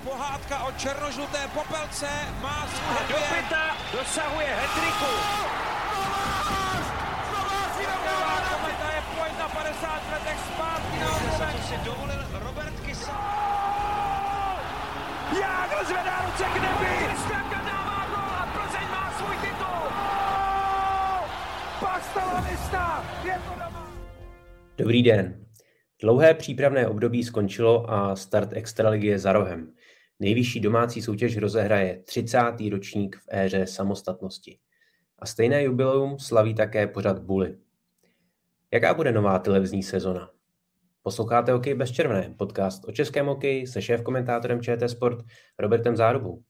Pohádka o černožluté popelce má svůj happy end. Dopita dosahuje hat-tricku. Kometa je pojď na 50 letech zpátky na obloven. Si dovolil Robert Kysa. Jágr zvedá ruce k nebi. Kristianka dává gól a Plzeň má svůj titul. Pastalanista je to doma. Dobrý den. Dlouhé přípravné období skončilo a start extraligy je za rohem. Nejvyšší domácí soutěž rozehraje 30. ročník v éře samostatnosti. A stejné jubileum slaví také pořad Bully. Jaká bude nová televizní sezona? Posloucháte Hokej bez červené, podcast o českém hokeji se šéfkomentátorem ČT Sport Robertem Zárubou.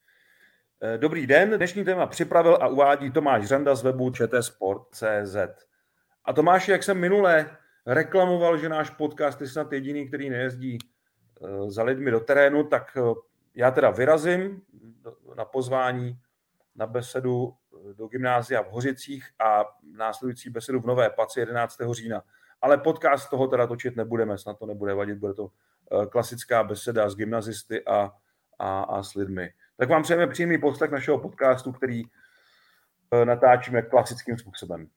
Dobrý den, dnešní téma připravil a uvádí Tomáš Řanda z webu čtsport.cz. A Tomáši, jak jsem minule reklamoval, že náš podcast je snad jediný, který nejezdí za lidmi do terénu, tak já teda vyrazím na pozvání na besedu do gymnázia v Hořicích a následující besedu v Nové Paci 11. října. Ale podcast toho teda točit nebudeme, snad to nebude vadit, bude to klasická beseda s gymnazisty a s lidmi. Tak vám přejeme příjemný poslech našeho podcastu, který natáčíme klasickým způsobem.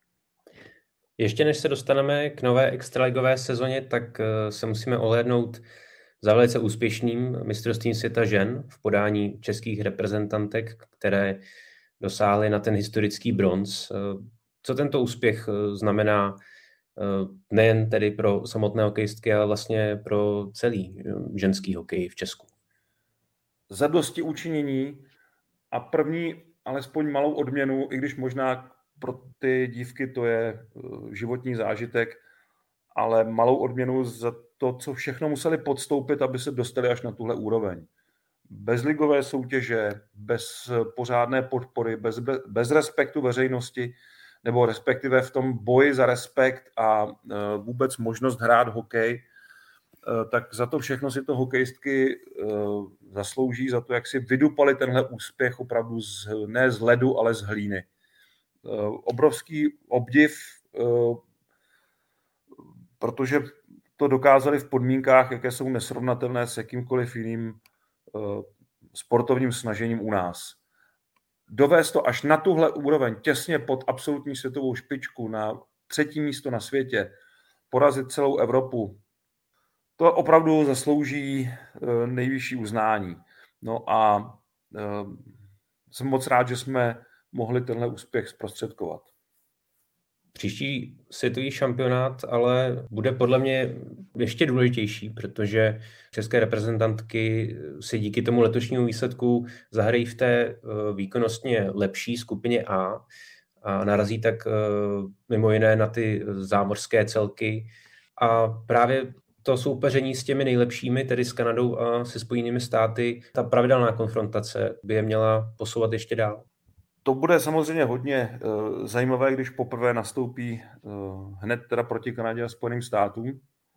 Ještě než se dostaneme k nové extraligové sezóně, tak se musíme ohlédnout za velice úspěšným mistrovstvím světa žen v podání českých reprezentantek, které dosáhly na ten historický bronz. Co tento úspěch znamená nejen tedy pro samotné hokejistky, ale vlastně pro celý ženský hokej v Česku? Zadosti učinění a první alespoň malou odměnu, i když možná pro ty dívky to je životní zážitek, ale malou odměnu za to, co všechno museli podstoupit, aby se dostali až na tuhle úroveň. Bez ligové soutěže, bez pořádné podpory, bez respektu veřejnosti, nebo respektive v tom boji za respekt a vůbec možnost hrát hokej, tak za to všechno si to hokejistky zaslouží, za to, jak si vydupali tenhle úspěch opravdu ne z ledu, ale z hlíny. Obrovský obdiv, protože to dokázali v podmínkách, jaké jsou nesrovnatelné s jakýmkoliv jiným sportovním snažením u nás. Dovést to až na tuhle úroveň, těsně pod absolutní světovou špičku, na 3. místo na světě, porazit celou Evropu, to opravdu zaslouží nejvyšší uznání. No a jsem moc rád, že jsme mohli tenhle úspěch zprostředkovat. Příští světový šampionát ale bude podle mě ještě důležitější, protože české reprezentantky si díky tomu letošnímu výsledku zahrají v té výkonnostně lepší skupině A a narazí tak mimo jiné na ty zámořské celky. A právě to soupeření s těmi nejlepšími, tedy s Kanadou a se Spojenými státy, ta pravidelná konfrontace by je měla posouvat ještě dál. To bude samozřejmě hodně zajímavé, když poprvé nastoupí hned teda proti Kanadě a Spojeným státům.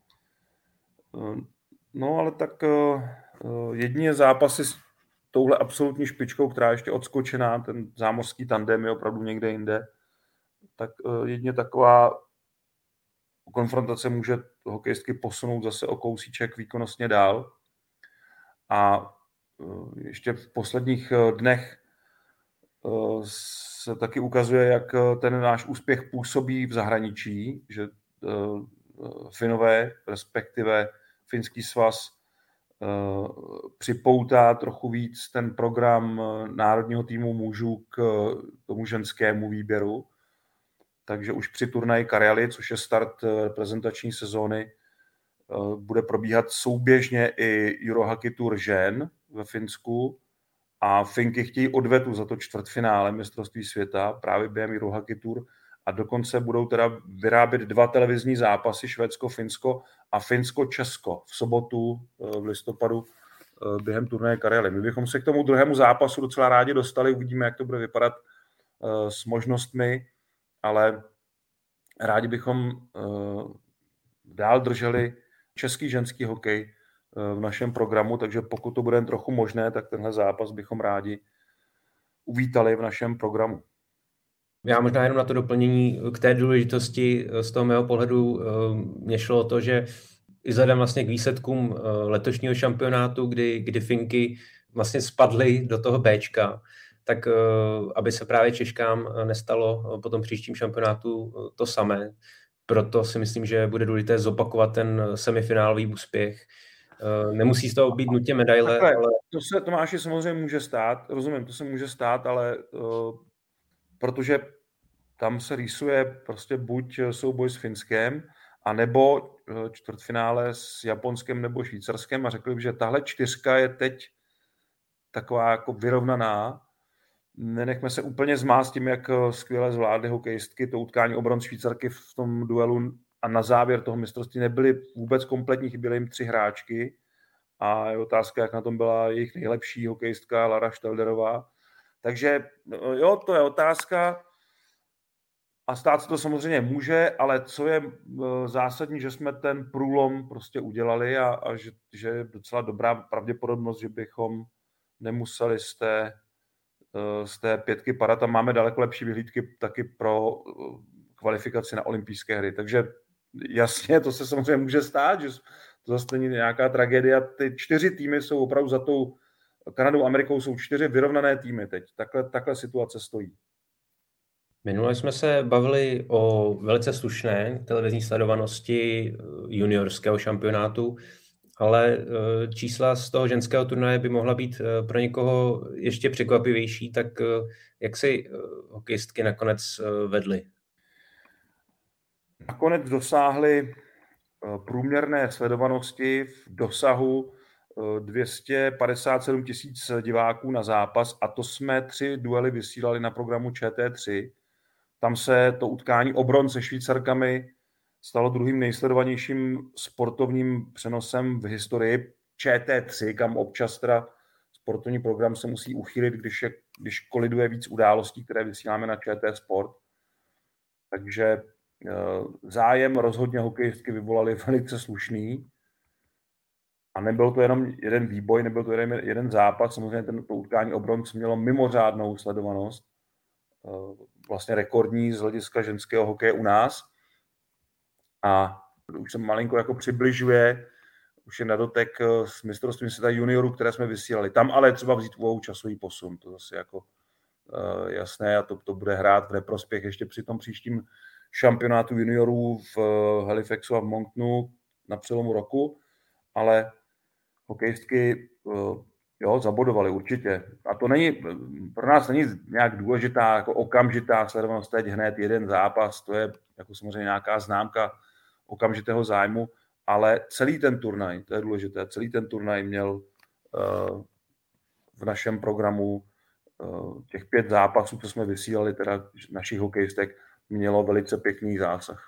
No ale tak jedině zápasy s touhle absolutní špičkou, která je ještě odskočená, ten zámořský tandem je opravdu někde jinde, tak jedině taková konfrontace může hokejistky posunout zase o kousíček výkonnostně dál. A ještě v posledních dnech se taky ukazuje, jak ten náš úspěch působí v zahraničí, že Finové, respektive Finský svaz, připoutá trochu víc ten program národního týmu mužů k tomu ženskému výběru. Takže už při turnaji Karjali, což je start reprezentační sezóny, bude probíhat souběžně i Eurohockey Tour žen ve Finsku a Finky chtějí odvetu za to čtvrtfinále mistrovství světa právě během Eurohockey Tour a dokonce budou teda vyrábět 2 televizní zápasy Švédsko-Finsko a Finsko-Česko v sobotu v listopadu během turnaje Karjali. My bychom se k tomu druhému zápasu docela rádi dostali, uvidíme, jak to bude vypadat s možnostmi, ale rádi bychom dál drželi český ženský hokej v našem programu, takže pokud to bude jen trochu možné, tak tenhle zápas bychom rádi uvítali v našem programu. Já možná jenom na to doplnění k té důležitosti z toho mého pohledu mě šlo o to, že i vzhledem vlastně k výsledkům letošního šampionátu, kdy Finky vlastně spadly do toho Bčka, tak aby se právě Češkám nestalo po tom příštím šampionátu to samé. Proto si myslím, že bude důležité zopakovat ten semifinálový úspěch. Nemusí z toho být nutně medaile. Takhle, ale... To se, Tomáši, samozřejmě může stát, rozumím, to se může stát, ale protože tam se rýsuje prostě buď souboj s Finskem, anebo čtvrtfinále s Japonskem nebo Švýcarskem a řekl bych, že tahle čtyřka je teď taková jako vyrovnaná. Nenechme se úplně zmást tím, jak skvěle zvládly hokejistky to utkání o bronz Švýcarky v tom duelu a na závěr toho mistrovství nebyly vůbec kompletní, chyběly jim 3 hráčky a je otázka, jak na tom byla jejich nejlepší hokejistka Lara Štelderová. Takže jo, to je otázka a stát se to samozřejmě může, ale co je zásadní, že jsme ten průlom prostě udělali a že je docela dobrá pravděpodobnost, že bychom nemuseli z té 5 padat a máme daleko lepší vyhlídky taky pro kvalifikaci na olympijské hry. Takže jasně, to se samozřejmě může stát, že to zase není nějaká tragédia. Ty 4 týmy jsou opravdu za tou Kanadou a Amerikou, jsou 4 vyrovnané týmy teď. Takhle situace stojí. Minule jsme se bavili o velice slušné televizní sledovanosti juniorského šampionátu, ale čísla z toho ženského turnaje by mohla být pro někoho ještě překvapivější, tak jak si hokejistky nakonec vedly? Nakonec dosáhly průměrné sledovanosti v dosahu 257 000 diváků na zápas a to jsme 3 duely vysílali na programu ČT3. Tam se to utkání o bronz se Švýcarkami stalo druhým nejsledovanějším sportovním přenosem v historii ČT3, kam občas teda sportovní program se musí uchýlit, když koliduje víc událostí, které vysíláme na ČT Sport. Takže zájem rozhodně hokejistky vyvolali velice slušný. A nebyl to jenom jeden výboj, nebyl to jeden zápas. Samozřejmě to utkání o bronz mělo mimořádnou sledovanost. Vlastně rekordní z hlediska ženského hokeje u nás. A už se malinko jako přibližuje, už je na dotek s mistrovstvím světa juniorů, které jsme vysílali. Tam ale třeba vzít úvahu časový posun. To zase jako jasné a to bude hrát v neprospěch ještě při tom příštím šampionátu juniorů v Halifaxu a v Monktonu na přelomu roku, ale hokejistky zabodovali určitě. A to pro nás není nějak důležitá, jako okamžitá sledovanost teď hned jeden zápas, to je jako samozřejmě nějaká známka okamžitého zájmu, ale celý ten turnaj, to je důležité, celý ten turnaj měl v našem programu těch 5 zápasů, co jsme vysílali, teda našich hokejistek, mělo velice pěkný zásah.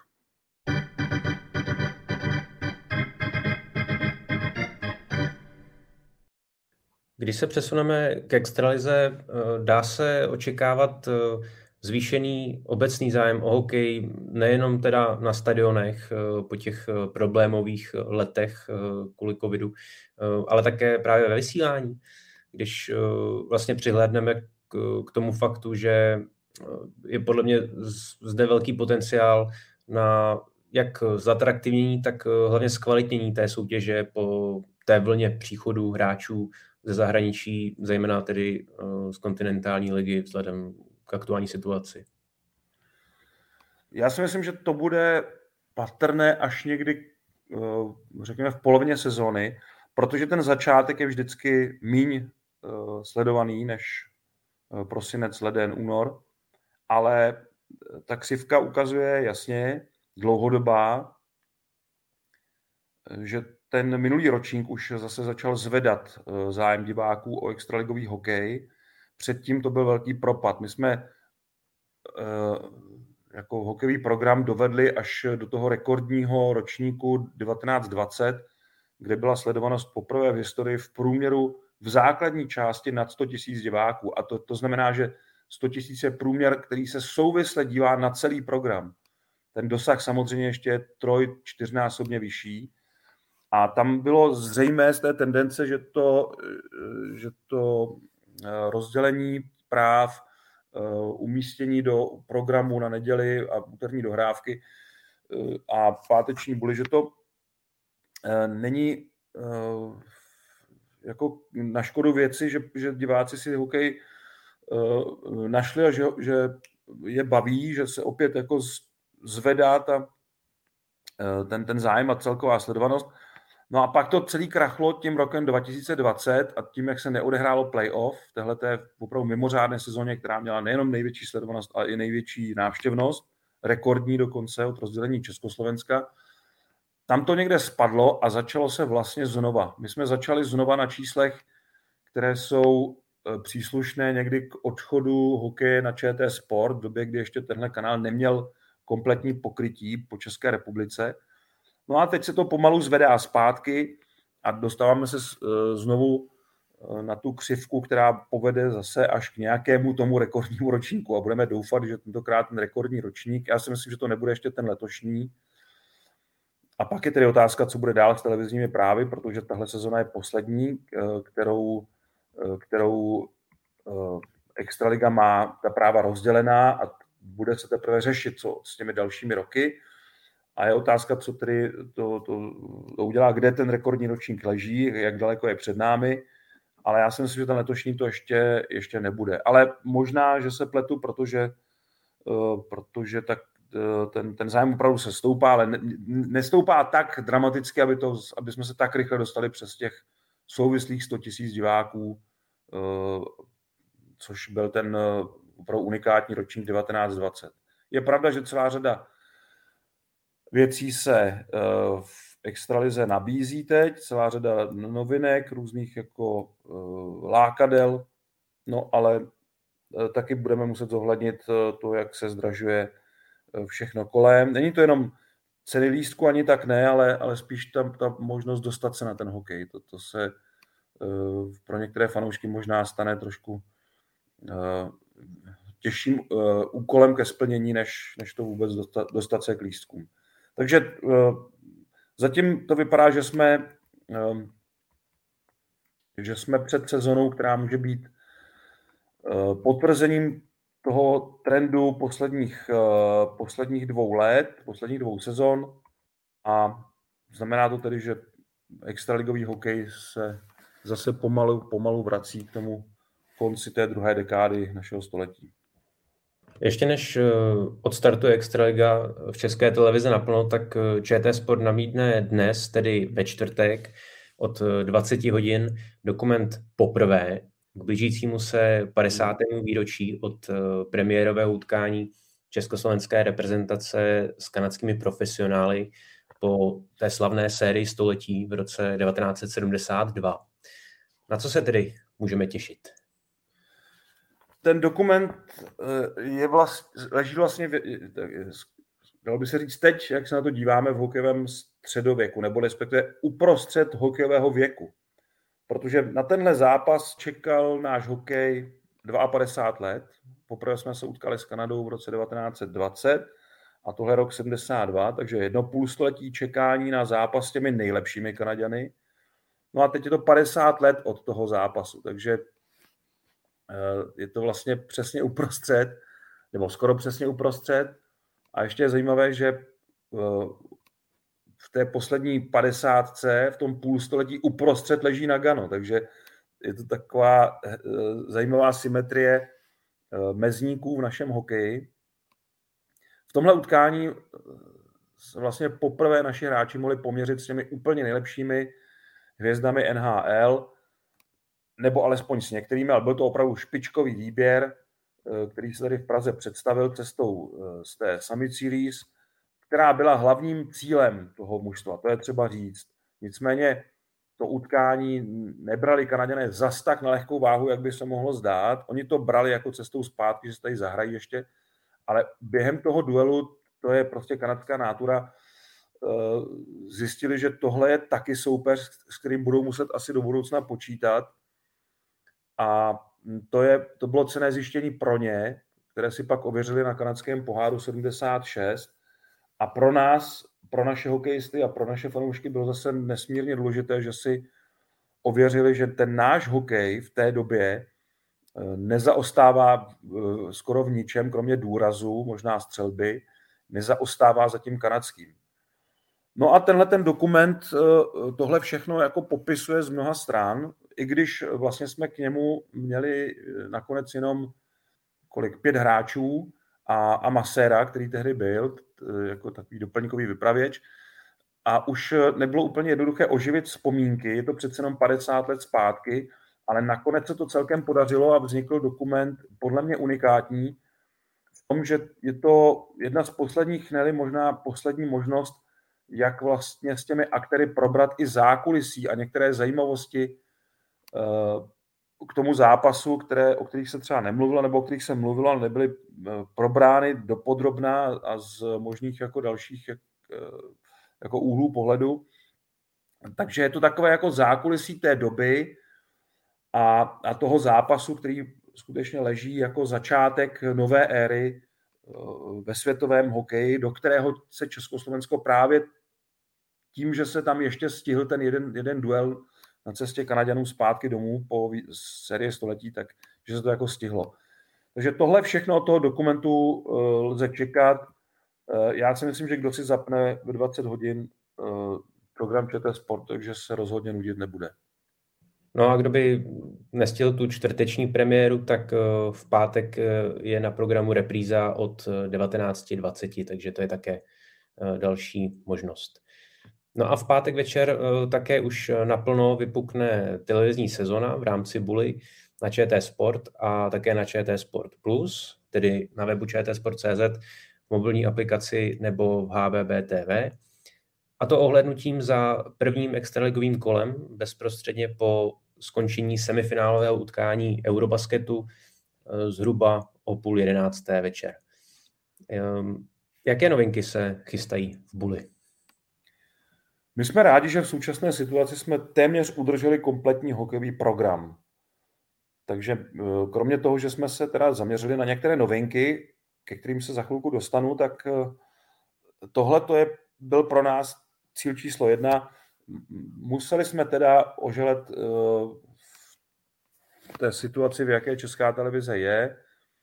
Když se přesuneme k extralize, dá se očekávat zvýšený obecný zájem o hokej nejenom teda na stadionech po těch problémových letech kvůli covidu, ale také právě ve vysílání. Když vlastně přihlédneme k tomu faktu, že je podle mě zde velký potenciál na jak zatraktivnění, tak hlavně zkvalitnění té soutěže po té vlně příchodu hráčů ze zahraničí, zejména tedy z kontinentální ligy vzhledem k aktuální situaci. Já si myslím, že to bude patrné až někdy, řekněme, v polovině sezóny, protože ten začátek je vždycky míň sledovaný než prosinec, leden, únor, ale ta křivka ukazuje jasně, dlouhodobá, že ten minulý ročník už zase začal zvedat zájem diváků o extraligový hokej. Předtím to byl velký propad. My jsme jako hokejový program dovedli až do toho rekordního ročníku 1920, kde byla sledovanost poprvé v historii v průměru v základní části nad 100 000 diváků. A to znamená, že 100 000 je průměr, který se souvisle dívá na celý program. Ten dosah samozřejmě ještě je 3-4násobně vyšší. A tam bylo zřejmé z té tendence, že to rozdělení práv, umístění do programu na neděli a úterní dohrávky a páteční buly, že to není jako na škodu věci, že diváci si hokej našli a že je baví, že se opět jako zvedá ten zájem a celková sledovanost. No a pak to celý krachlo tím rokem 2020 a tím, jak se neodehrálo playoff v téhleté opravdu mimořádné sezóně, která měla nejenom největší sledovanost, ale i největší návštěvnost, rekordní dokonce od rozdělení Československa. Tam to někde spadlo a začalo se vlastně znova. My jsme začali znova na číslech, které jsou příslušné někdy k odchodu hokeje na ČT Sport, v době, kdy ještě tenhle kanál neměl kompletní pokrytí po České republice. No a teď se to pomalu zvedá zpátky a dostáváme se znovu na tu křivku, která povede zase až k nějakému tomu rekordnímu ročníku a budeme doufat, že tentokrát ten rekordní ročník, já si myslím, že to nebude ještě ten letošní. A pak je tedy otázka, co bude dál s televizními právy, protože tahle sezona je poslední, kterou Extraliga má ta práva rozdělená a bude se teprve řešit, co s těmi dalšími roky. A je otázka, co tedy to udělá, kde ten rekordní ročník leží, jak daleko je před námi, ale já si myslím, že ten letošní to ještě nebude. Ale možná, že se pletu, protože tak ten zájem opravdu se stoupá, ale nestoupá tak dramaticky, aby jsme se tak rychle dostali přes těch souvislých 100 000 diváků, což byl ten opravdu unikátní ročník 1920. Je pravda, že celá řada věcí se v extralize nabízí teď, celá řada novinek, různých jako lákadel, no ale taky budeme muset zohlednit to, jak se zdražuje všechno kolem. Není to jenom ceny lístku, ani tak ne, ale spíš ta možnost dostat se na ten hokej. To se pro některé fanoušky možná stane trošku těžším úkolem ke splnění, než to vůbec dostat se k lístkům. Takže zatím to vypadá, že jsme před sezónou, která může být potvrzením toho trendu posledních 2 let, posledních 2 sezon a znamená to tedy, že extraligový hokej se zase pomalu vrací k tomu konci té druhé dekády našeho století. Ještě než odstartuje Extraliga v České televizi naplno, tak ČT Sport namítne dnes, tedy ve čtvrtek od 20 hodin, dokument Poprvé k blížícímu se 50. výročí od premiérového utkání československé reprezentace s kanadskými profesionály po té slavné sérii století v roce 1972. Na co se tedy můžeme těšit? Ten dokument leží vlastně, dalo by se říct teď, jak se na to díváme v hokejovém středověku, nebo respektive uprostřed hokejového věku. Protože na tenhle zápas čekal náš hokej 52 let. Poprvé jsme se utkali s Kanadou v roce 1920 a tohle rok 72, takže 1,5 století čekání na zápas s těmi nejlepšími Kanaďany. No a teď je to 50 let od toho zápasu, takže je to vlastně přesně uprostřed, nebo skoro přesně uprostřed. A ještě je zajímavé, že v té poslední 50, v tom půlstoletí uprostřed leží Nagano, takže je to taková zajímavá symetrie mezníků v našem hokeji. V tomhle utkání vlastně poprvé naši hráči mohli poměřit s těmi úplně nejlepšími hvězdami NHL, nebo alespoň s některými, ale byl to opravdu špičkový výběr, který se tady v Praze představil cestou z té Summit Series, která byla hlavním cílem toho mužstva, to je třeba říct. Nicméně to utkání nebrali Kanaďané zas tak na lehkou váhu, jak by se mohlo zdát. Oni to brali jako cestou zpátky, že se tady zahrají ještě, ale během toho duelu, to je prostě kanadská nátura, zjistili, že tohle je taky soupeř, s kterým budou muset asi do budoucna počítat. A to bylo cenné zjištění pro ně, které si pak ověřili na kanadském poháru 76. A pro nás, pro naše hokejisty a pro naše fanoušky bylo zase nesmírně důležité, že si ověřili, že ten náš hokej v té době nezaostává skoro v ničem, kromě důrazu, možná střelby, nezaostává za tím kanadským. No a tenhle ten dokument tohle všechno jako popisuje z mnoha stran, i když vlastně jsme k němu měli nakonec jenom 5 hráčů a maséra, který tehdy byl, jako takový doplňkový vypravěč. A už nebylo úplně jednoduché oživit vzpomínky, je to přece jenom 50 let zpátky, ale nakonec se to celkem podařilo a vznikl dokument podle mě unikátní v tom, že je to jedna z posledních, ne možná poslední možnost, jak vlastně s těmi aktéry probrat i zákulisí a některé zajímavosti k tomu zápasu, o kterých se třeba nemluvilo, nebo o kterých se mluvilo, ale nebyly probrány dopodrobna a z možných jako dalších jako úhlů pohledu. Takže je to takové jako zákulisí té doby a toho zápasu, který skutečně leží jako začátek nové éry ve světovém hokeji, do kterého se Československo právě tím, že se tam ještě stihl ten jeden duel na cestě Kanaďanů zpátky domů po sérii století, takže se to jako stihlo. Takže tohle všechno od toho dokumentu lze čekat. Já si myslím, že kdo si zapne ve 20 hodin program ČT Sport, takže se rozhodně nudit nebude. No a kdo by nestihl tu čtvrteční premiéru, tak v pátek je na programu repríza od 19:20, takže to je také další možnost. No a v pátek večer také už naplno vypukne televizní sezona v rámci Buly na ČT Sport a také na ČT Sport Plus, tedy na webu čtsport.cz, v mobilní aplikaci nebo v HBB TV. A to ohlédnutím za prvním extraligovým kolem bezprostředně po skončení semifinálového utkání Eurobasketu zhruba o 10:30 večer. Jaké novinky se chystají v Buli? My jsme rádi, že v současné situaci jsme téměř udrželi kompletní hokejový program. Takže kromě toho, že jsme se teda zaměřili na některé novinky, ke kterým se za chvilku dostanu, tak tohle byl pro nás cíl číslo 1. Museli jsme teda oželet v té situaci, v jaké Česká televize je.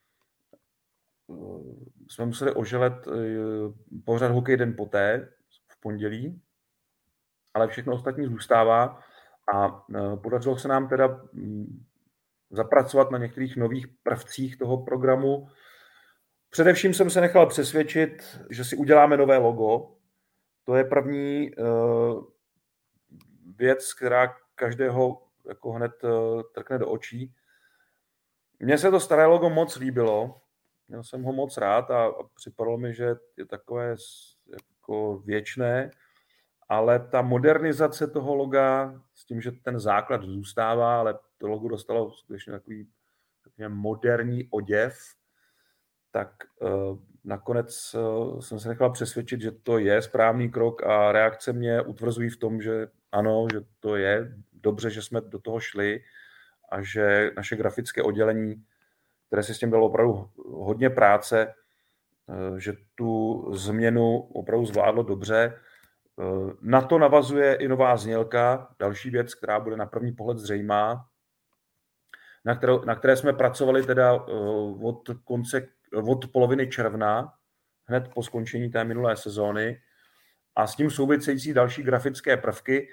Jsme museli oželet pořad Hokej den poté v pondělí, ale všechno ostatní zůstává a podařilo se nám teda zapracovat na některých nových prvcích toho programu. Především jsem se nechal přesvědčit, že si uděláme nové logo. To je první věc, která každého jako hned trkne do očí. Mně se to staré logo moc líbilo, měl jsem ho moc rád a připadalo mi, že je takové jako věčné, ale ta modernizace toho loga s tím, že ten základ zůstává, ale to logo dostalo skutečně takový moderní oděv, tak nakonec jsem se nechal přesvědčit, že to je správný krok a reakce mě utvrzují v tom, že ano, že to je dobře, že jsme do toho šli a že naše grafické oddělení, které si s tím dalo opravdu hodně práce, že tu změnu opravdu zvládlo dobře. Na to navazuje i nová znělka, další věc, která bude na první pohled zřejmá, na které jsme pracovali teda od poloviny června, hned po skončení té minulé sezóny a s tím související další grafické prvky.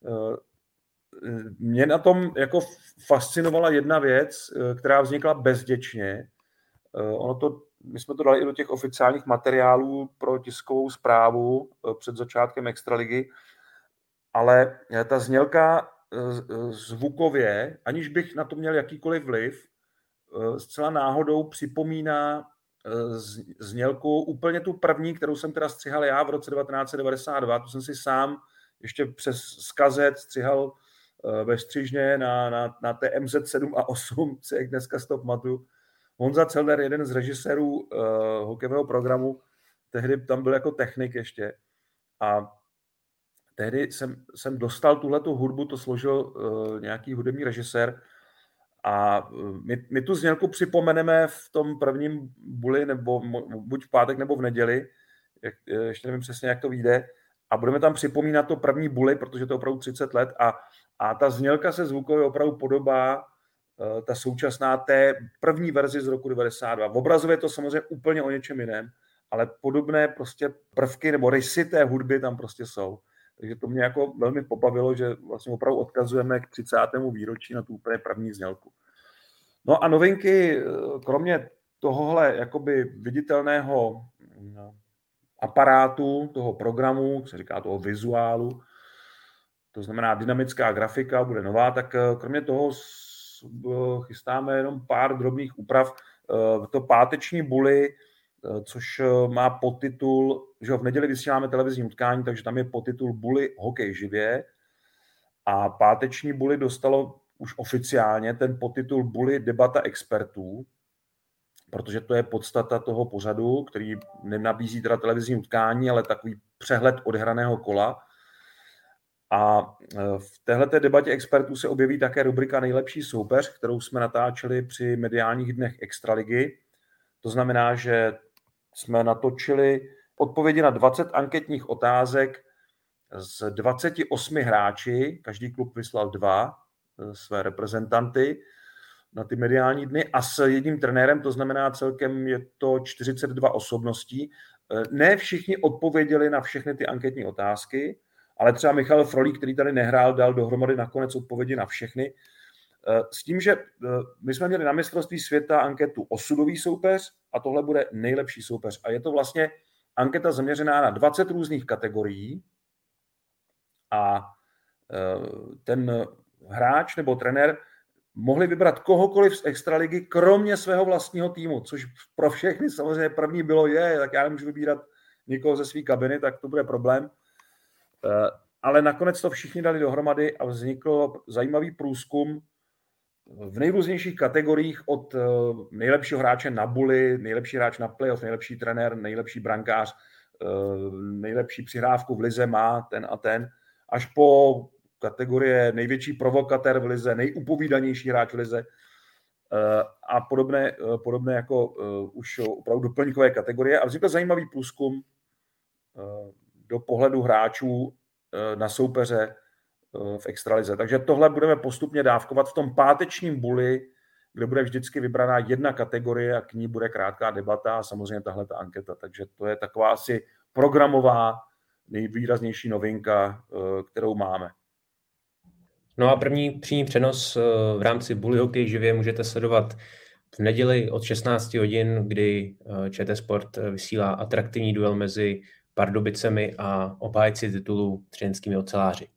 Mě na tom jako fascinovala jedna věc, která vznikla bezděčně. My jsme to dali i do těch oficiálních materiálů pro tiskovou zprávu před začátkem extraligy, ale ta znělka zvukově, aniž bych na to měl jakýkoliv vliv, zcela náhodou připomíná znělku úplně tu první, kterou jsem teda střihal já v roce 1992. Tu jsem si sám ještě přes skazet střihal ve Střižně na té MZ7 a 8, jak dneska si to pamatuju. Honza Celner, jeden z režisérů hokejového programu, tehdy tam byl jako technik ještě. A tehdy jsem dostal tuhletu hudbu, to složil nějaký hudební režisér. A my tu znělku připomeneme v tom prvním Buli, nebo buď v pátek, nebo v neděli. Ještě nevím přesně, jak to vyjde. A budeme tam připomínat to první Buli, protože to je opravdu 30 let. A ta znělka se zvukově opravdu podobá ta současná té první verzi z roku 92. V obrazově je to samozřejmě úplně o něčem jiném, ale podobné prostě prvky nebo rysy té hudby tam prostě jsou. Takže to mě jako velmi pobavilo, že vlastně opravdu odkazujeme k 30. výročí na tu úplně první znělku. No a novinky, kromě tohohle jakoby viditelného aparátu, toho programu, co se říká toho vizuálu, to znamená dynamická grafika, bude nová, tak kromě toho chystáme jenom pár drobných úprav. To páteční Bully, což má podtitul, že v neděli vysíláme televizní utkání, takže tam je podtitul Bully hokej živě. A páteční Bully dostalo už oficiálně ten podtitul Bully debata expertů, protože to je podstata toho pořadu, který nenabízí teda televizní utkání, ale takový přehled odehraného kola. A v téhleté debatě expertů se objeví také rubrika Nejlepší soupeř, kterou jsme natáčeli při mediálních dnech Extraligy. To znamená, že jsme natočili odpovědi na 20 anketních otázek z 28 hráči, každý klub vyslal 2 své reprezentanty na ty mediální dny a s jedním trenérem, to znamená celkem je to 42 osobností. Ne všichni odpověděli na všechny ty anketní otázky, ale třeba Michal Frolík, který tady nehrál, dal dohromady nakonec odpovědi na všechny. S tím, že my jsme měli na mistrovství světa anketu osudový soupeř a tohle bude nejlepší soupeř. A je to vlastně anketa zaměřená na 20 různých kategorií a ten hráč nebo trenér mohli vybrat kohokoliv z extraligy, kromě svého vlastního týmu, což pro všechny samozřejmě první bylo, tak já nemůžu vybírat nikoho ze své kabiny, tak to bude problém. Ale nakonec to všichni dali dohromady a vznikl zajímavý průzkum v nejrůznějších kategoriích od nejlepšího hráče na Bully, nejlepší hráč na playoff, nejlepší trenér, nejlepší brankář, nejlepší přihrávku v lize má ten a ten, až po kategorie největší provokatér v lize, nejupovídanější hráč v lize a podobné jako už opravdu doplňkové kategorie. A vznikl zajímavý průzkum do pohledu hráčů na soupeře v extralize. Takže tohle budeme postupně dávkovat v tom pátečním Bully, kde bude vždycky vybraná jedna kategorie a k ní bude krátká debata a samozřejmě tahle ta anketa. Takže to je taková asi programová nejvýraznější novinka, kterou máme. No a první přímý přenos v rámci Bully hokej živě můžete sledovat v neděli od 16 hodin, kdy ČT Sport vysílá atraktivní duel mezi Pardubicemi a obhájci titulu třineckými oceláři.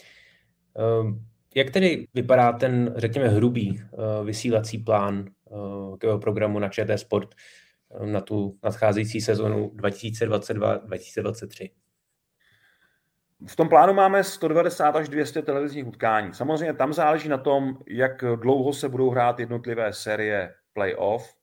Jak tedy vypadá ten, řekněme, hrubý vysílací plán hokejového programu na ČT Sport na tu nadcházející sezonu 2022-2023? V tom plánu máme 190 až 200 televizních utkání. Samozřejmě tam záleží na tom, jak dlouho se budou hrát jednotlivé série playoff.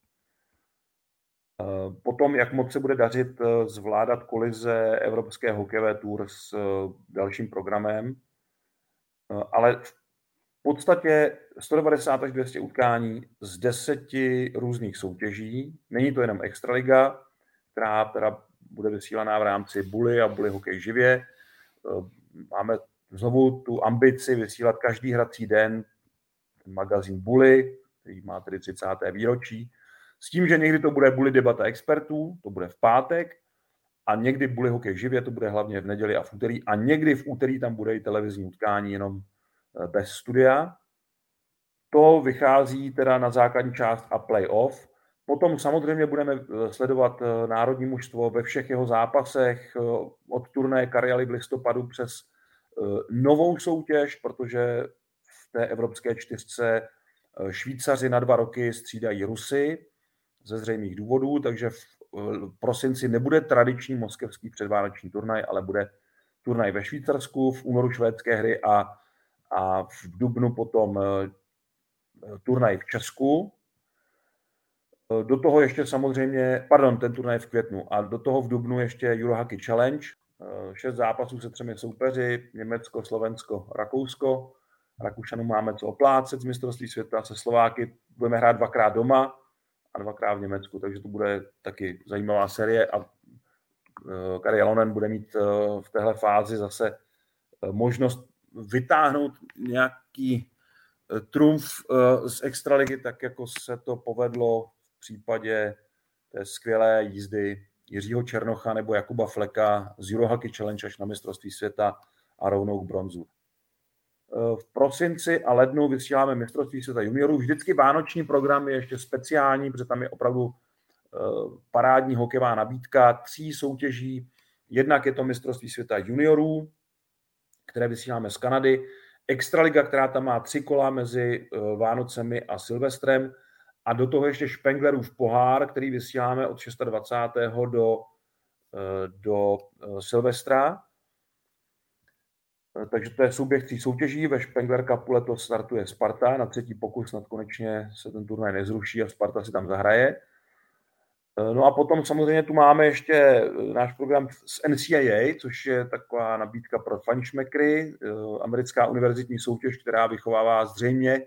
Potom, jak moc se bude dařit zvládat kolize Evropské hokejové tour s dalším programem. Ale v podstatě 190 až 200 utkání z 10 různých soutěží. Není to jenom Extraliga, která teda bude vysílaná v rámci Bully a Bully hokej živě. Máme znovu tu ambici vysílat každý hrací den magazín Bully, který má tedy 30. výročí. S tím, že někdy to bude Bully debata expertů, to bude v pátek, a někdy Bully hokej živě, to bude hlavně v neděli a v úterý, a někdy v úterý tam bude i televizní utkání jenom bez studia. To vychází teda na základní část a playoff. Potom samozřejmě budeme sledovat národní mužstvo ve všech jeho zápasech, od turnaje Karjaly v listopadu přes novou soutěž, protože v té evropské čtyřce Švýcaři na 2 roky střídají Rusy ze zřejmých důvodů, takže v prosinci nebude tradiční moskevský předvánoční turnaj, ale bude turnaj ve Švýcarsku, v únoru švédské hry a v dubnu potom turnaj v Česku. Do toho ještě samozřejmě, ten turnaj v květnu, a do toho v dubnu ještě Eurohockey Challenge. 6 zápasů se 3 soupeři, Německo, Slovensko, Rakousko. Rakušanům máme co oplácet z mistrovství světa, se Slováky budeme hrát 2krát doma a 2krát v Německu, takže to bude taky zajímavá série a Kari Jalonen bude mít v téhle fázi zase možnost vytáhnout nějaký trumf z extraligy, tak jako se to povedlo v případě té skvělé jízdy Jiřího Černocha nebo Jakuba Fleka z Eurohockey Challenge až na mistrovství světa a rovnou k bronzu. V prosinci a lednu vysíláme mistrovství světa juniorů. Vždycky vánoční program je ještě speciální, protože tam je opravdu parádní hokejová nabídka 3 soutěží. Jednak je to mistrovství světa juniorů, které vysíláme z Kanady. Extraliga, která tam má 3 kola mezi Vánocemi a Silvestrem. A do toho ještě Špenglerův pohár, který vysíláme od 26. do Silvestra. Takže to je souběh 3 soutěží. Ve Špengler Cupu letos startuje Sparta. Na 3. pokus snad konečně se ten turnaj nezruší a Sparta si tam zahraje. No a potom samozřejmě tu máme ještě náš program z NCAA, což je taková nabídka pro fajnšmekry, americká univerzitní soutěž, která vychovává zřejmě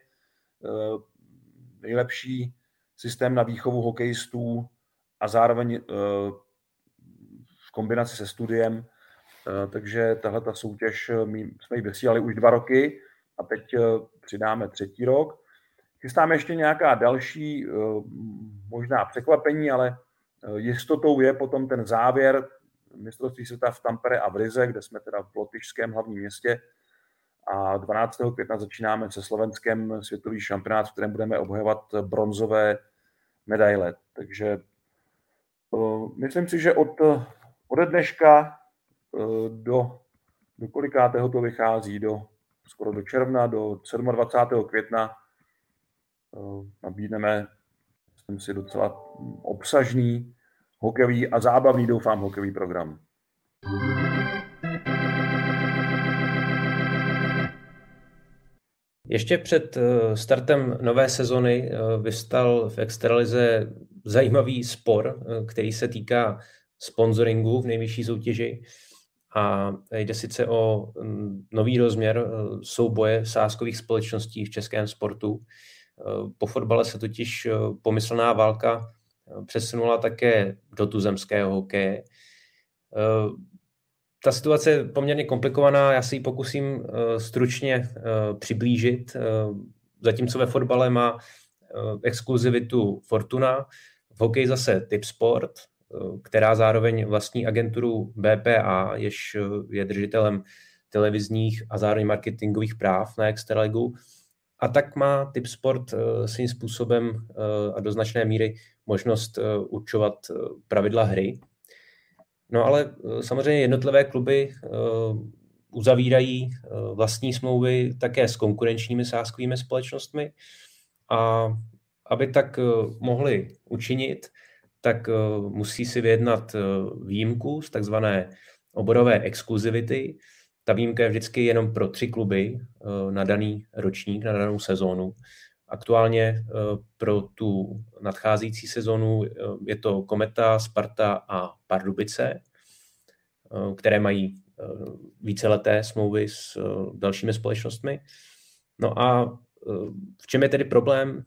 nejlepší systém na výchovu hokejistů a zároveň v kombinaci se studiem. Takže tahle ta soutěž, my jsme ji vysílali už 2 roky a teď přidáme 3. rok. Chystáme ještě nějaká další možná překvapení, ale jistotou je potom ten závěr mistrovství světa v Tampere a v Rize, kde jsme teda v lotyšském hlavním městě. A 12. května začínáme se Slovenskem světový šampionát, v kterém budeme obhajovat bronzové medaile. Takže myslím si, že ode dneška do kolikátého to vychází, skoro do června, do 27. května nabídneme, myslím si, docela obsažný hokejový a zábavný, doufám, hokejový program. Ještě před startem nové sezony vyvstal v extralize zajímavý spor, který se týká sponzoringu v nejvyšší soutěži. A jde sice o nový rozměr souboje sázkových společností v českém sportu. Po fotbale se totiž pomyslná válka přesunula také do tuzemského hokeje. Ta situace je poměrně komplikovaná, já si ji pokusím stručně přiblížit. Zatímco ve fotbale má exkluzivitu Fortuna, v hokeji zase Tipsport, která zároveň vlastní agenturu BPA, jež je držitelem televizních a zároveň marketingových práv na Extraligu. A tak má Tipsport svým způsobem a do značné míry možnost určovat pravidla hry. No ale samozřejmě jednotlivé kluby uzavírají vlastní smlouvy také s konkurenčními sázkovými společnostmi a aby tak mohli učinit, tak musí si vyjednat výjimku z takzvané oborové exkluzivity. Ta výjimka je vždycky jenom pro 3 kluby na daný ročník, na danou sezónu. Aktuálně pro tu nadcházející sezónu je to Kometa, Sparta a Pardubice, které mají víceleté smlouvy s dalšími společnostmi. No a v čem je tedy problém?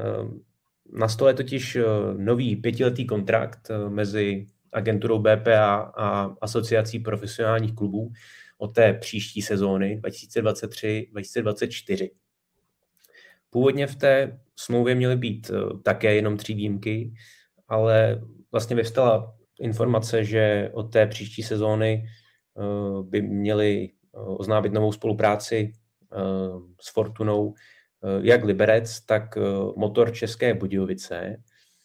Na stole je totiž nový 5letý kontrakt mezi agenturou BPA a asociací profesionálních klubů od té příští sezóny 2023-2024. Původně v té smlouvě měly být také jenom 3 výjimky, ale vlastně vyvstala informace, že od té příští sezóny by měli oznámit novou spolupráci s Fortunou jak Liberec, tak Motor České Budějovice.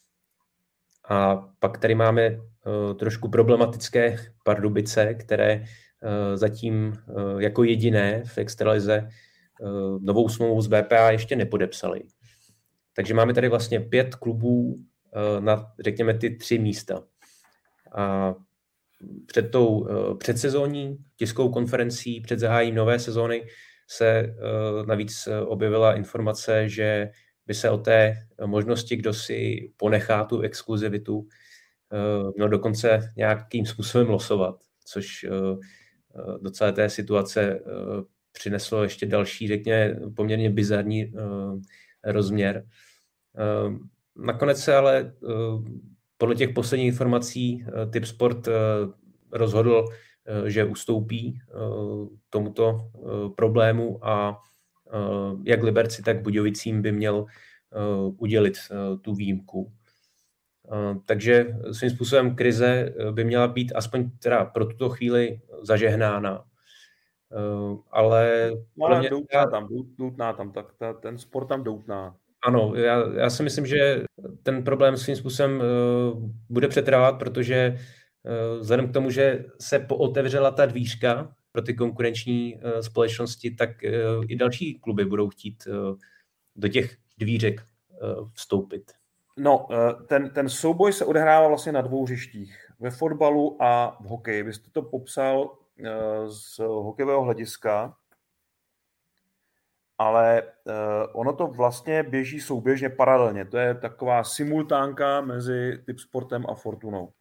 A pak tady máme trošku problematické Pardubice, které zatím jako jediné v extralize novou smlouvu z BPA ještě nepodepsali. Takže máme tady vlastně 5 klubů na, řekněme, ty 3 místa. A před tou předsezónní tiskovou konferencí, před zahájením nové sezóny se navíc objevila informace, že by se o té možnosti, kdo si ponechá tu exkluzivitu, dokonce nějakým způsobem losovat, což do celé té situace přineslo ještě další, řekněme, poměrně bizarní rozměr. Nakonec se ale podle těch posledních informací Tipsport rozhodl, že ustoupí tomuto problému a jak Liberci, tak Budějovicím by měl udělit tu výjimku. Takže svým způsobem krize by měla být aspoň teda pro tuto chvíli zažehnána. Ale ale doutná tam, tak ten sport tam doutná. Ano, já si myslím, že ten problém svým způsobem bude přetrvávat, protože vzhledem k tomu, že se pootevřela ta dvířka pro ty konkurenční společnosti, tak i další kluby budou chtít do těch dvířek vstoupit. No, ten souboj se odehrává vlastně na dvou hřištích. Ve fotbalu a v hokeji. Vy jste to popsal z hokejového hlediska, ale ono to vlastně běží souběžně paralelně. To je taková simultánka mezi Tipsportem a Fortunou.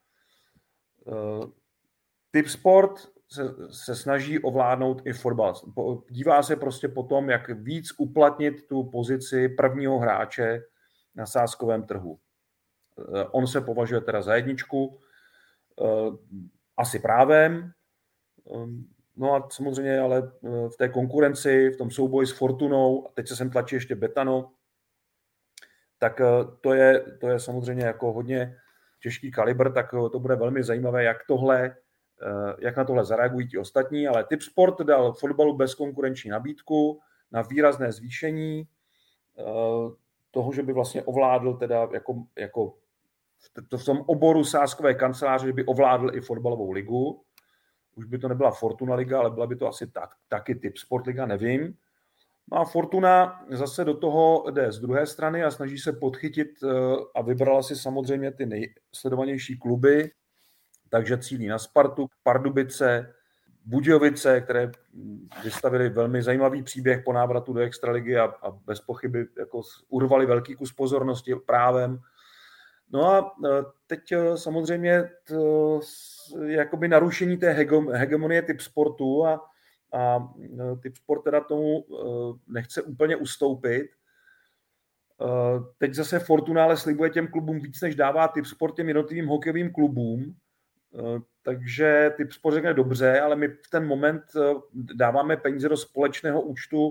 Tipsport se snaží ovládnout i fotbal. Dívá se prostě po tom, jak víc uplatnit tu pozici prvního hráče na sázkovém trhu. On se považuje teda za jedničku, asi právem, no a samozřejmě ale v té konkurenci, v tom souboji s Fortunou, a teď se sem tlačí ještě Betano, tak to je samozřejmě jako hodně těžký kalibr, tak to bude velmi zajímavé, jak na tohle zareagují ti ostatní, ale Tipsport dal fotbalu bezkonkurenční nabídku na výrazné zvýšení toho, že by vlastně ovládl teda jako v tom oboru sázkové kanceláře, že by ovládl i fotbalovou ligu. Už by to nebyla Fortuna liga, ale byla by to asi taky Tipsport liga, nevím. No a Fortuna zase do toho jde z druhé strany a snaží se podchytit a vybrala si samozřejmě ty nejsledovanější kluby, takže cílí na Spartu, Pardubice, Budějovice, které vystavili velmi zajímavý příběh po návratu do extraligy a bez pochyby jako urvali velký kus pozornosti právem. No a teď samozřejmě jakoby narušení té hegemonie Tipsportu a Tipsport teda tomu nechce úplně ustoupit. Teď zase Fortuna ale slibuje těm klubům víc, než dává Tipsport těm jednotlivým hokejovým klubům. Takže Tipsport řekne dobře, ale my v ten moment dáváme peníze do společného účtu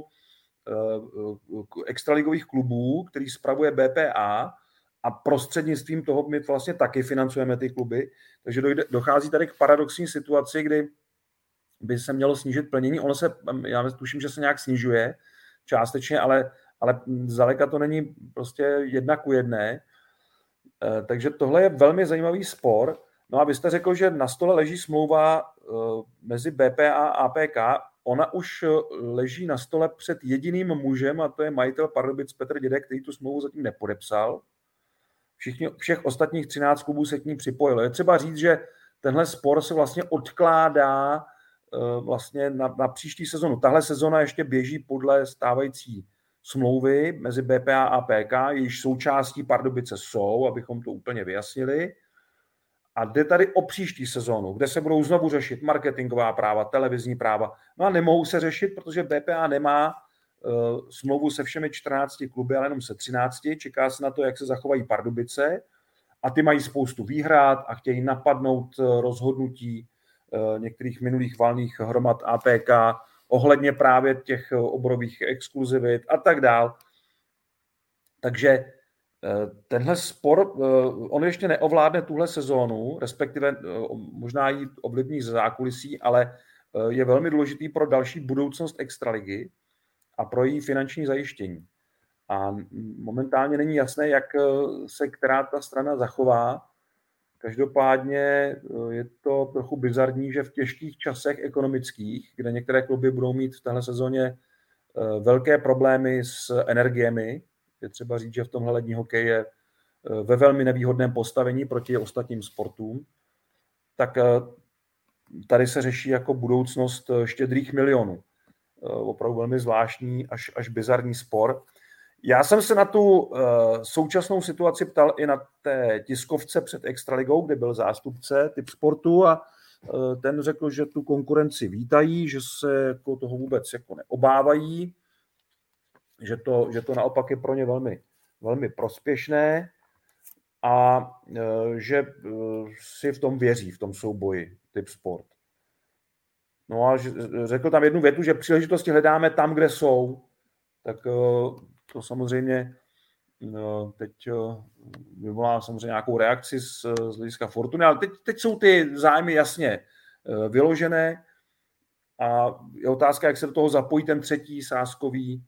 extraligových klubů, který spravuje BPA, a prostřednictvím toho my vlastně taky financujeme ty kluby. Takže dochází tady k paradoxní situaci, kdy by se mělo snížit plnění. Já tuším, že se nějak snižuje částečně, ale zdaleka to není prostě 1:1. Takže tohle je velmi zajímavý spor. No a vy jste řekl, že na stole leží smlouva mezi BPA a APK. Ona už leží na stole před jediným mužem, a to je majitel Pardubic Petr Dědek, který tu smlouvu zatím nepodepsal. Všech ostatních 13 klubů se k ní připojilo. Je třeba říct, že tenhle spor se vlastně odkládá vlastně na příští sezonu. Tahle sezona ještě běží podle stávající smlouvy mezi BPA a APK, jejíž součástí Pardubice jsou, abychom to úplně vyjasnili. A jde tady o příští sezonu, kde se budou znovu řešit marketingová práva, televizní práva. No a nemohou se řešit, protože BPA nemá smlouvu se všemi 14 kluby, ale jenom se 13. Čeká se na to, jak se zachovají Pardubice. A ty mají spoustu výhrad a chtějí napadnout rozhodnutí některých minulých valných hromad APK ohledně právě těch oborových exkluzivit a tak dál. Takže tenhle spor, on ještě neovládne tuhle sezónu, respektive možná ji ovlivní ze zákulisí, ale je velmi důležitý pro další budoucnost extraligy a pro její finanční zajištění. A momentálně není jasné, jak se která ta strana zachová. Každopádně je to trochu bizarní, že v těžkých časech ekonomických, kde některé kluby budou mít v téhle sezóně velké problémy s energiemi, je třeba říct, že v tomhle lední hokej je ve velmi nevýhodném postavení proti ostatním sportům, tak tady se řeší jako budoucnost štědrých milionů. Opravdu velmi zvláštní až bizarní spor. Já jsem se na tu současnou situaci ptal i na té tiskovce před Extraligou, kde byl zástupce Tipsportu a ten řekl, že tu konkurenci vítají, že se jako toho vůbec jako neobávají, že to naopak je pro ně velmi, velmi prospěšné a že si v tom věří, v tom souboji Tipsport. No a řekl tam jednu větu, že příležitosti hledáme tam, kde jsou. Tak to samozřejmě teď vyvolá samozřejmě nějakou reakci z hlediska Fortuny, ale teď jsou ty zájmy jasně vyložené a je otázka, jak se do toho zapojí ten třetí sázkový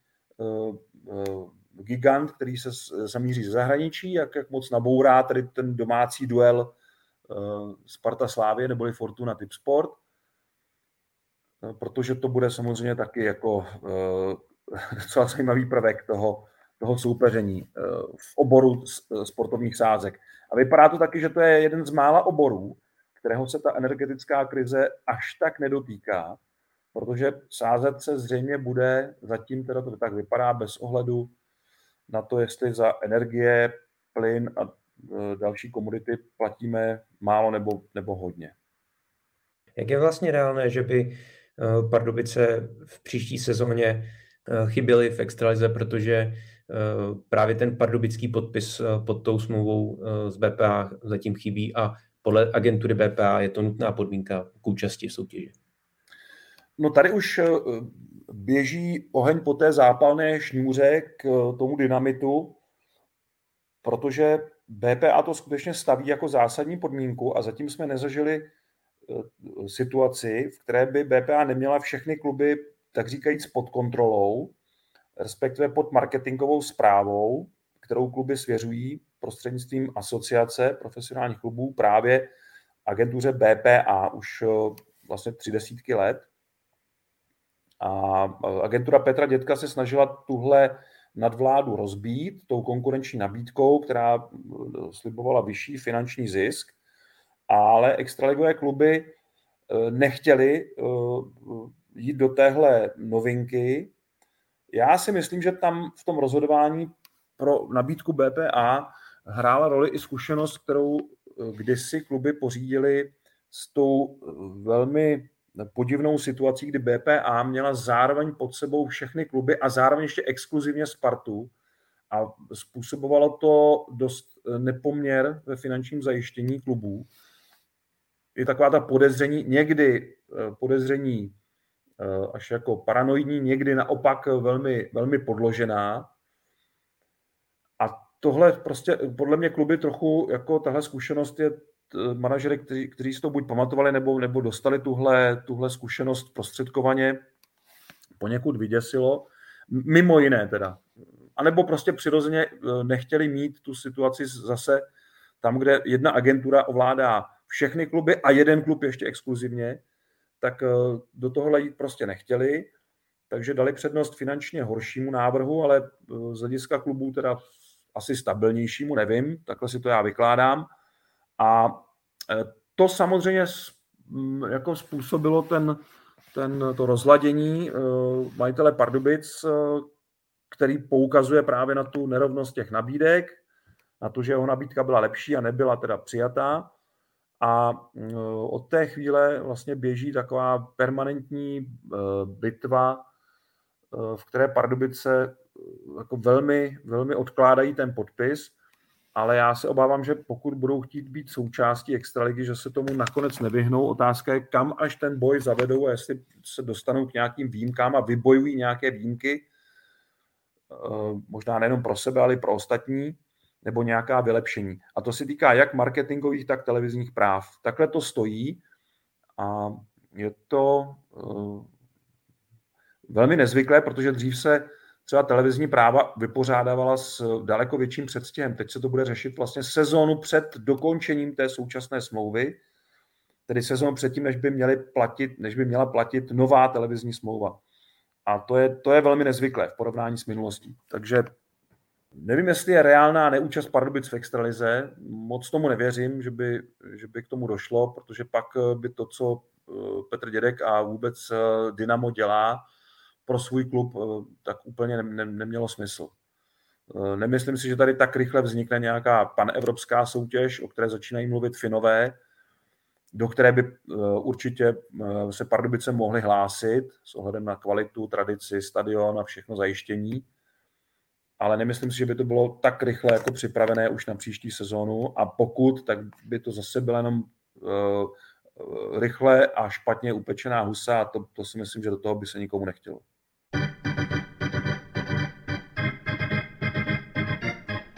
gigant, který se zamíří ze zahraničí, jak moc nabourá tady ten domácí duel Sparta Slavie neboli Fortuna Tipsport, protože to bude samozřejmě taky jako docela zajímavý prvek toho soupeření v oboru sportovních sázek. A vypadá to taky, že to je jeden z mála oborů, kterého se ta energetická krize až tak nedotýká, protože sázet se zřejmě bude, zatím teda to tak vypadá, bez ohledu na to, jestli za energie, plyn a další komodity platíme málo nebo hodně. Jak je vlastně reálné, že by Pardubice v příští sezóně chyběly v extralize, protože právě ten pardubický podpis pod tou smlouvou s BPA zatím chybí a podle agentury BPA je to nutná podmínka k účasti v soutěži? No tady už běží oheň po té zápalné šňůře k tomu dynamitu, protože BPA to skutečně staví jako zásadní podmínku a zatím jsme nezažili situaci, v které by BPA neměla všechny kluby, tak říkajíc, pod kontrolou, respektive pod marketingovou správou, kterou kluby svěřují prostřednictvím asociace profesionálních klubů právě agentuře BPA už vlastně 30 let. A agentura Petra Dětka se snažila tuhle nadvládu rozbít tou konkurenční nabídkou, která slibovala vyšší finanční zisk, ale extraligové kluby nechtěli jít do téhle novinky. Já si myslím, že tam v tom rozhodování pro nabídku BPA hrála roli i zkušenost, kterou kdysi kluby pořídili s tou velmi podivnou situací, kdy BPA měla zároveň pod sebou všechny kluby a zároveň ještě exkluzivně Spartu a způsobovalo to dost nepoměr ve finančním zajištění klubů. Je taková ta podezření, někdy podezření až jako paranoidní, někdy naopak velmi, velmi podložená. A tohle prostě podle mě kluby trochu, jako tahle zkušenost je manažery, kteří si to buď pamatovali, nebo dostali tuhle zkušenost prostředkovaně, poněkud vyděsilo. Mimo jiné teda. A nebo prostě přirozeně nechtěli mít tu situaci zase tam, kde jedna agentura ovládá všechny kluby a jeden klub ještě exkluzivně, tak do tohohle jít prostě nechtěli, takže dali přednost finančně horšímu návrhu, ale z hlediska klubů teda asi stabilnějšímu, nevím, takhle si to já vykládám. A to samozřejmě jako způsobilo to rozladění majitele Pardubic, který poukazuje právě na tu nerovnost těch nabídek, na to, že jeho nabídka byla lepší a nebyla teda přijatá. A od té chvíle vlastně běží taková permanentní bitva, v které Pardubice jako velmi, velmi odkládají ten podpis, ale já se obávám, že pokud budou chtít být součástí extraligy, že se tomu nakonec nevyhnou. Otázka je, kam až ten boj zavedou a jestli se dostanou k nějakým výjimkám a vybojují nějaké výjimky, možná nejenom pro sebe, ale i pro ostatní, nebo nějaká vylepšení. A to se týká jak marketingových, tak televizních práv. Takhle to stojí a je to velmi nezvyklé, protože dřív se třeba televizní práva vypořádávala s daleko větším předstihem. Teď se to bude řešit vlastně sezónu před dokončením té současné smlouvy, tedy sezónu předtím, než by měla platit nová televizní smlouva. A to je velmi nezvyklé v porovnání s minulostí. Takže nevím, jestli je reálná neúčast Pardubic v extralize. Moc tomu nevěřím, že by k tomu došlo, protože pak by to, co Petr Dědek a vůbec Dynamo dělá pro svůj klub, tak úplně nemělo smysl. Nemyslím si, že tady tak rychle vznikne nějaká panevropská soutěž, o které začínají mluvit Finové, do které by určitě se Pardubice mohly hlásit s ohledem na kvalitu, tradici, stadion a všechno zajištění. Ale nemyslím si, že by to bylo tak rychle jako připravené už na příští sezónu a pokud, tak by to zase byla jenom rychle a špatně upečená husa a to si myslím, že do toho by se nikomu nechtělo.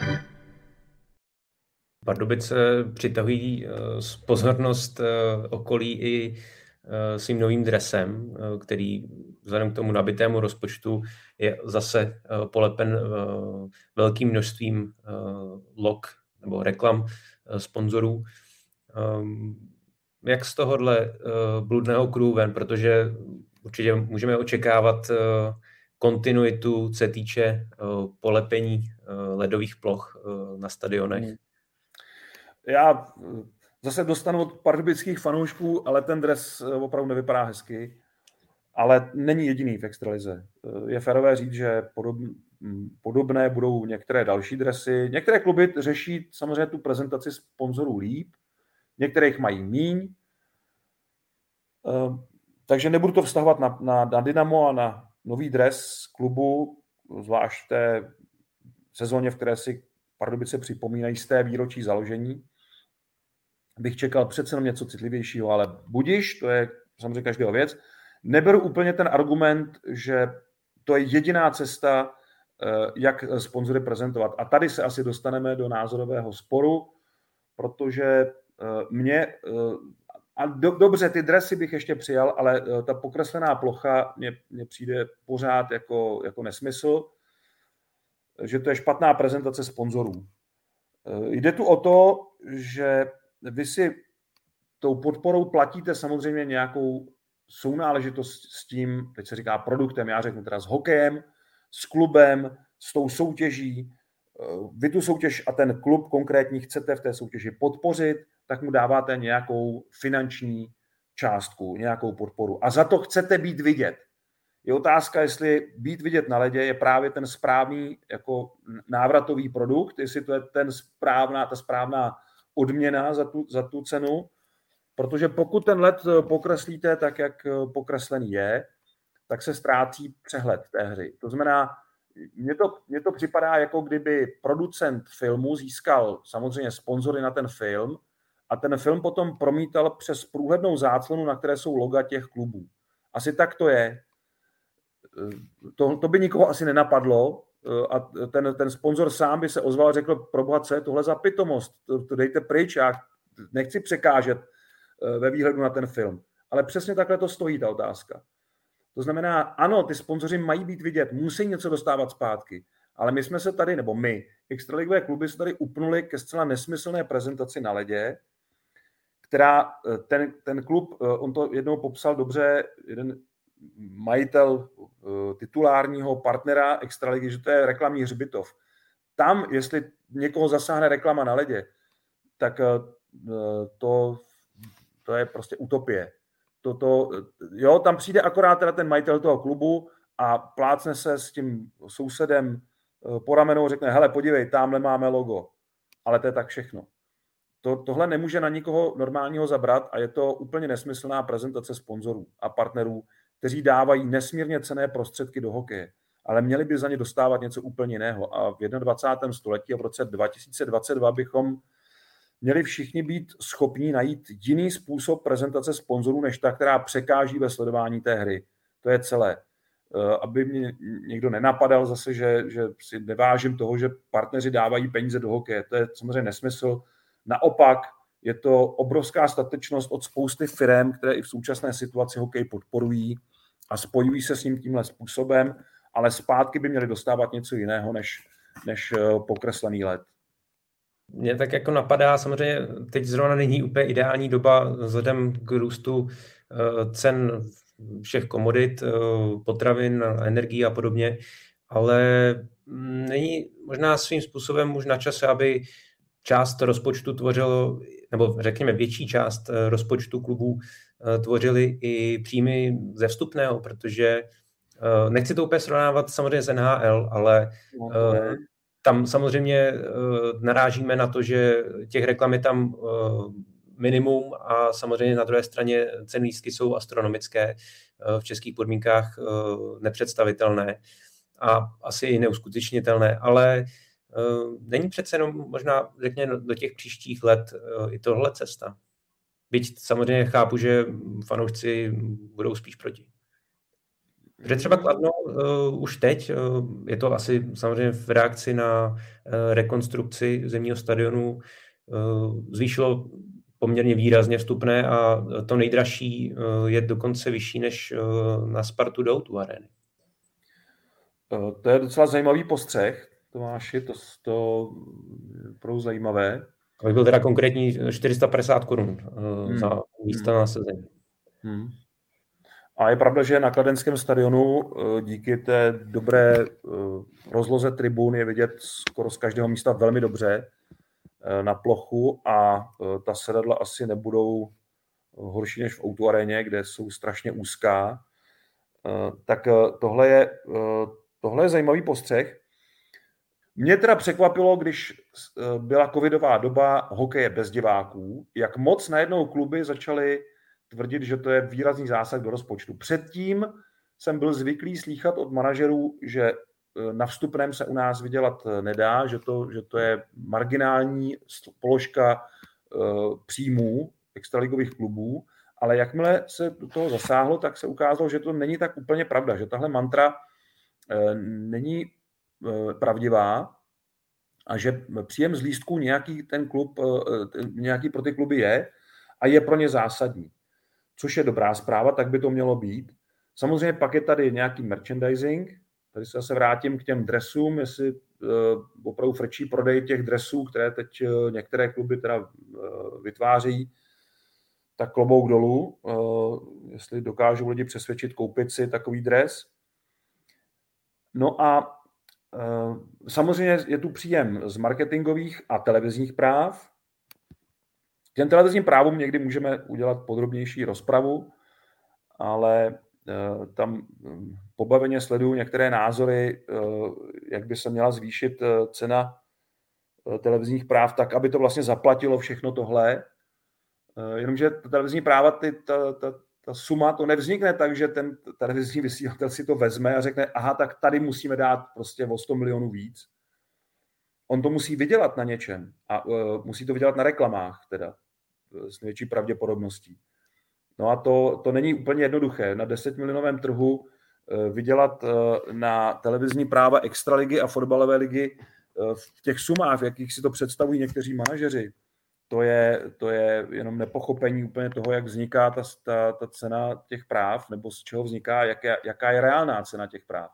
Pardubice přitahují pozornost okolí i svým novým dresem, který vzhledem k tomu nabitému rozpočtu je zase polepen velkým množstvím log nebo reklam sponzorů. Jak z tohohle bludného kruhu ven, protože určitě můžeme očekávat kontinuitu, co se týče polepení ledových ploch na stadionech. Já zase dostanu od pardubických fanoušků, ale ten dres opravdu nevypadá hezky, ale není jediný v extralize. Je férové říct, že podobné budou některé další dresy. Některé kluby řeší samozřejmě tu prezentaci sponzorů líp, některé jich mají míň, takže nebudu to vztahovat na Dynamo a na nový dres klubu, zvlášť v té sezóně, v které si Pardubice připomínají z té výročí založení. Bych čekal přece jenom něco citlivějšího, ale budiš, to je samozřejmě každého věc. Neberu úplně ten argument, že to je jediná cesta, jak sponzory prezentovat. A tady se asi dostaneme do názorového sporu, protože dobře, ty dresy bych ještě přijal, ale ta pokreslená plocha mně přijde pořád jako nesmysl, že to je špatná prezentace sponzorů. Jde tu o to, že vy si tou podporou platíte samozřejmě nějakou sounáležitost s tím, teď se říká produktem, já řeknu teda s hokejem, s klubem, s tou soutěží. Vy tu soutěž a ten klub konkrétní chcete v té soutěži podpořit, tak mu dáváte nějakou finanční částku, nějakou podporu. A za to chcete být vidět. Je otázka, jestli být vidět na ledě je právě ten správný jako návratový produkt, jestli to je ta správná odměna za tu cenu, protože pokud ten led pokreslíte tak, jak pokreslený je, tak se ztrácí přehled té hry. To znamená, mně to připadá, jako kdyby producent filmu získal samozřejmě sponzory na ten film a ten film potom promítal přes průhlednou záclonu, na které jsou loga těch klubů. Asi tak to je. To by nikoho asi nenapadlo a ten sponzor sám by se ozval a řekl, proboha, co je tohle za pitomost, to dejte pryč, já nechci překážet ve výhledu na ten film. Ale přesně takhle to stojí, ta otázka. To znamená, ano, ty sponzoři mají být vidět, musí něco dostávat zpátky, ale my jsme se tady, nebo my, extraligové kluby se tady upnuli ke zcela nesmyslné prezentaci na ledě, která ten klub, on to jednou popsal dobře, jeden majitel titulárního partnera extraligy, že to je reklamní hřbitov. Tam, jestli někoho zasáhne reklama na ledě, tak to je prostě utopie. Jo, tam přijde akorát teda ten majitel toho klubu a plácne se s tím sousedem po ramenou, řekne, hele, podívej, tamhle máme logo. Ale to je tak všechno. Tohle nemůže na nikoho normálního zabrat a je to úplně nesmyslná prezentace sponzorů a partnerů, kteří dávají nesmírně cenné prostředky do hokeje, ale měli by za ně dostávat něco úplně jiného. A v 21. století a v roce 2022 bychom měli všichni být schopni najít jiný způsob prezentace sponzorů, než ta, která překáží ve sledování té hry. To je celé. Aby mě někdo nenapadal zase, že si nevážím toho, že partneři dávají peníze do hokeje. To je samozřejmě nesmysl. Naopak je to obrovská statečnost od spousty firem, které i v současné situaci hokej podporují a spojují se s ním tímhle způsobem, ale zpátky by měli dostávat něco jiného než pokreslený led. Mě tak jako napadá, samozřejmě teď zrovna není úplně ideální doba vzhledem k růstu cen všech komodit, potravin, energií a podobně, ale není možná svým způsobem už na čase, aby část rozpočtu tvořilo, nebo řekněme větší část rozpočtu klubů tvořily i příjmy ze vstupného, protože nechci to úplně srovnávat samozřejmě s NHL, ale tam samozřejmě narážíme na to, že těch reklam je tam minimum a samozřejmě na druhé straně ceny lístky jsou astronomické, v českých podmínkách nepředstavitelné a asi i neuskutečnitelné, ale není přece jenom možná, řekněme, do těch příštích let i tohle cesta. Byť samozřejmě chápu, že fanoušci budou spíš proti. Protože třeba Kladno už teď, je to asi samozřejmě v reakci na rekonstrukci zimního stadionu, zvýšilo poměrně výrazně vstupné a to nejdražší je dokonce vyšší než na Spartu do O2 Areny. To je docela zajímavý postřeh, Tomáši, to pro zajímavé. Aby byl teda konkrétní 450 korun za místa na sezení. A je pravda, že na kladenském stadionu díky té dobré rozloze tribun je vidět skoro z každého místa velmi dobře na plochu a ta sedadla asi nebudou horší než v O2 aréně, kde jsou strašně úzká. Tak tohle je zajímavý postřeh. Mě teda překvapilo, když byla covidová doba hokeje bez diváků, jak moc najednou kluby začaly tvrdit, že to je výrazný zásah do rozpočtu. Předtím jsem byl zvyklý slýchat od manažerů, že na vstupném se u nás vydělat nedá, že to je marginální položka příjmů extraligových klubů, ale jakmile se do toho zasáhlo, tak se ukázalo, že to není tak úplně pravda, že tahle mantra není pravdivá a že příjem z lístků nějaký pro ty kluby je a je pro ně zásadní. Což je dobrá zpráva, tak by to mělo být. Samozřejmě pak je tady nějaký merchandising. Tady se zase vrátím k těm dresům, jestli opravdu frčí prodej těch dresů, které teď některé kluby teda vytváří, tak klobouk dolů, jestli dokážou lidi přesvědčit koupit si takový dres. No a samozřejmě je tu příjem z marketingových a televizních práv. K těm televizním právům někdy můžeme udělat podrobnější rozpravu, ale tam pobaveně sleduju některé názory, jak by se měla zvýšit cena televizních práv tak, aby to vlastně zaplatilo všechno tohle. Jenomže televizní práva, ta suma, to nevznikne tak, že ten televizní vysílatel si to vezme a řekne, aha, tak tady musíme dát prostě o 100 milionů víc. On to musí vydělat na něčem a musí to vydělat na reklamách teda s největší pravděpodobností. No a to není úplně jednoduché. Na 10 milionovém trhu vydělat na televizní práva extraligy a fotbalové ligy v těch sumách, v jakých si to představují někteří manažeři, to je jenom nepochopení úplně toho, jak vzniká ta cena těch práv, nebo z čeho vzniká, jaká je reálná cena těch práv.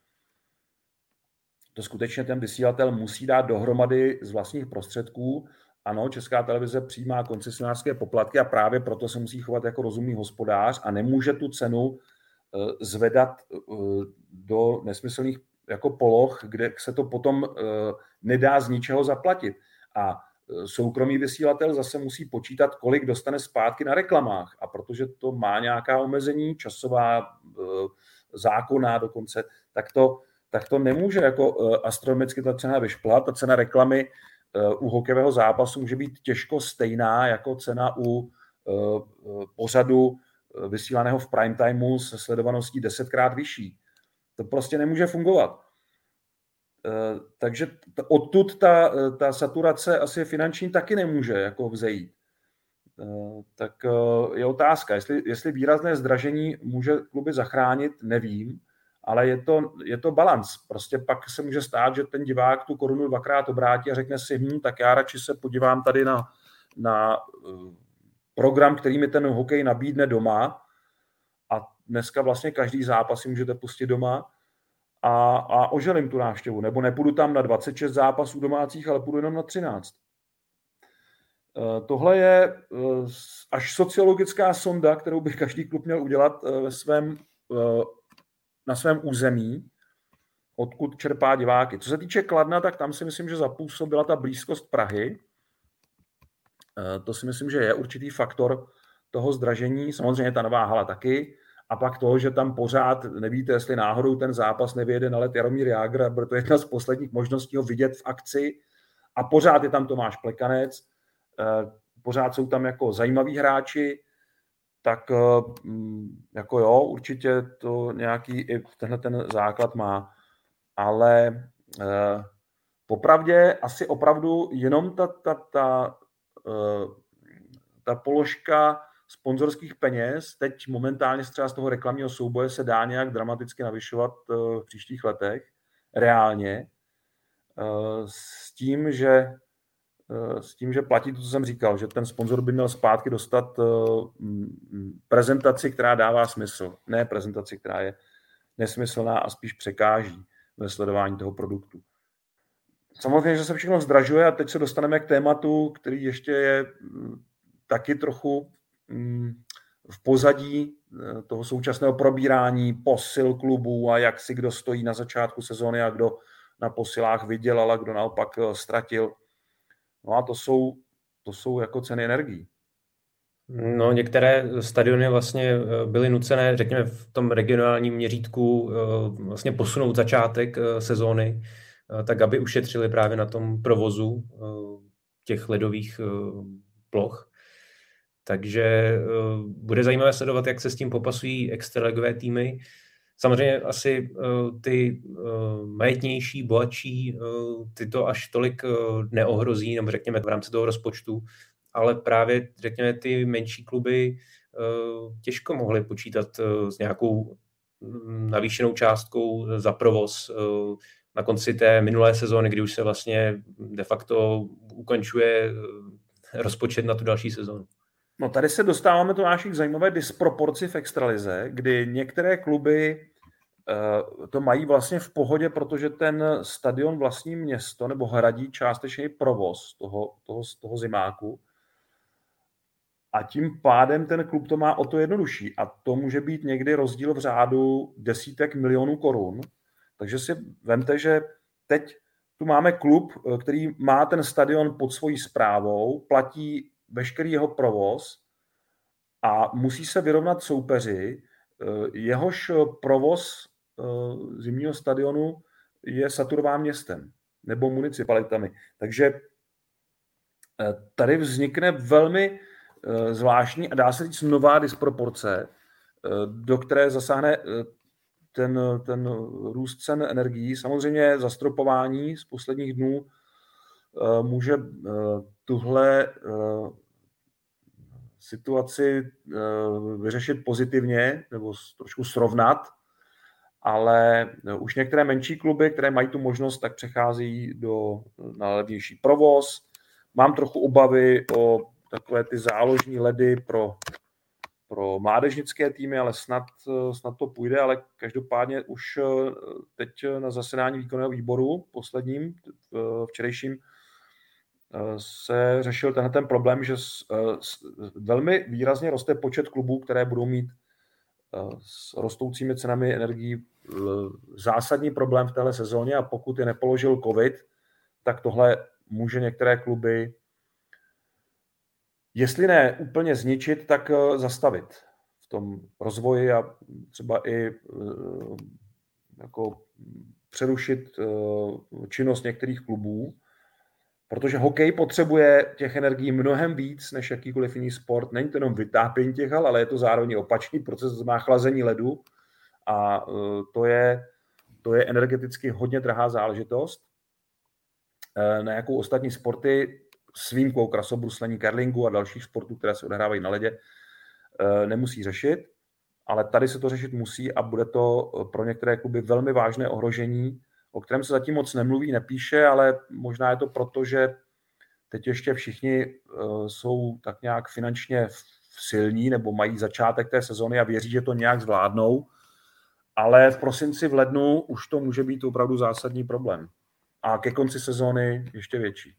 To skutečně ten vysílatel musí dát dohromady z vlastních prostředků. Ano, Česká televize přijímá koncesionářské poplatky a právě proto se musí chovat jako rozumný hospodář a nemůže tu cenu zvedat do nesmyslných jako poloh, kde se to potom nedá z ničeho zaplatit. A soukromý vysílatel zase musí počítat, kolik dostane zpátky na reklamách. A protože to má nějaká omezení, časová, zákonná dokonce, tak to nemůže jako astronomicky ta cena vyšplat. Ta cena reklamy u hokejového zápasu může být těžko stejná jako cena u pořadu vysílaného v prime timeu se sledovaností 10krát vyšší. To prostě nemůže fungovat. Takže odtud ta saturace asi finanční taky nemůže jako vzejít. Tak je otázka, jestli výrazné zdražení může kluby zachránit, nevím, ale je to balanc. Prostě pak se může stát, že ten divák tu korunu dvakrát obrátí a řekne si, tak já radši se podívám tady na program, který mi ten hokej nabídne doma a dneska vlastně každý zápas si můžete pustit doma a oželím tu návštěvu. Nebo nepůjdu tam na 26 zápasů domácích, ale půjdu jenom na 13. Tohle je až sociologická sonda, kterou by každý klub měl udělat na svém území, odkud čerpá diváky. Co se týče Kladna, tak tam si myslím, že zapůsobila ta blízkost Prahy. To si myslím, že je určitý faktor toho zdražení. Samozřejmě ta nová hala taky. A pak to, že tam pořád nevíte, jestli náhodou ten zápas nevyjede na let Jaromír Jágr, protože to je jedna z posledních možností ho vidět v akci. A pořád je tam Tomáš Plekanec, pořád jsou tam jako zajímaví hráči, tak jako jo, určitě to nějaký i tenhle ten základ má. Ale popravdě asi opravdu jenom ta položka sponzorských peněz teď momentálně třeba z toho reklamního souboje se dá nějak dramaticky navyšovat v příštích letech, reálně, s tím, že s tím, že platí to, co jsem říkal, že ten sponzor by měl zpátky dostat prezentaci, která dává smysl, ne prezentaci, která je nesmyslná a spíš překáží ve sledování toho produktu. Samozřejmě, že se všechno zdražuje a teď se dostaneme k tématu, který ještě je taky trochu v pozadí toho současného probírání posil klubů a jak si kdo stojí na začátku sezóny a kdo na posilách vydělal a kdo naopak ztratil. No a to jsou jako ceny energií. No, některé stadiony vlastně byly nucené, řekněme, v tom regionálním měřítku vlastně posunout začátek sezóny, tak aby ušetřili právě na tom provozu těch ledových ploch. Takže bude zajímavé sledovat, jak se s tím popasují extraligové týmy. Samozřejmě asi ty majetnější, bohatší, ty to až tolik neohrozí, nebo řekněme v rámci toho rozpočtu, ale právě, řekněme, ty menší kluby těžko mohly počítat s nějakou navýšenou částkou za provoz na konci té minulé sezóny, kdy už se vlastně de facto ukončuje rozpočet na tu další sezónu. No tady se dostáváme do našich zajímavé disproporci v extralize, kdy některé kluby to mají vlastně v pohodě, protože ten stadion vlastní město nebo hradí částečný provoz toho zimáku a tím pádem ten klub to má o to jednodušší a to může být někdy rozdíl v řádu desítek milionů korun. Takže si vemte, že teď tu máme klub, který má ten stadion pod svojí správou, platí veškerý jeho provoz a musí se vyrovnat soupeři, jehož provoz zimního stadionu je saturován městem nebo municipalitami. Takže tady vznikne velmi zvláštní a dá se říct nová disproporce, do které zasáhne ten růst cen energií. Samozřejmě zastropování z posledních dnů může tuhle situaci vyřešit pozitivně nebo trošku srovnat, ale už některé menší kluby, které mají tu možnost, tak přechází na levnější provoz. Mám trochu obavy o takové ty záložní ledy pro mládežnické týmy, ale snad to půjde, ale každopádně už teď na zasedání výkonného výboru posledním, včerejším, se řešil ten problém, že velmi výrazně roste počet klubů, které budou mít s rostoucími cenami energií zásadní problém v téhle sezóně a pokud je nepoložil covid, tak tohle může některé kluby, jestli ne úplně zničit, tak zastavit v tom rozvoji a třeba i jako přerušit činnost některých klubů, protože hokej potřebuje těch energií mnohem víc než jakýkoliv jiný sport. Není to jenom vytápění těch hal, ale je to zároveň opačný proces, má chlazení ledu a to je energeticky hodně drahá záležitost. Na jakou ostatní sporty s výjimkou krasobruslení, curlingu a dalších sportů, které se odehrávají na ledě, nemusí řešit, ale tady se to řešit musí a bude to pro některé kluby velmi vážné ohrožení, o kterém se zatím moc nemluví, nepíše, ale možná je to proto, že teď ještě všichni jsou tak nějak finančně silní nebo mají začátek té sezony a věří, že to nějak zvládnou, ale v prosinci, v lednu už to může být opravdu zásadní problém. A ke konci sezóny ještě větší.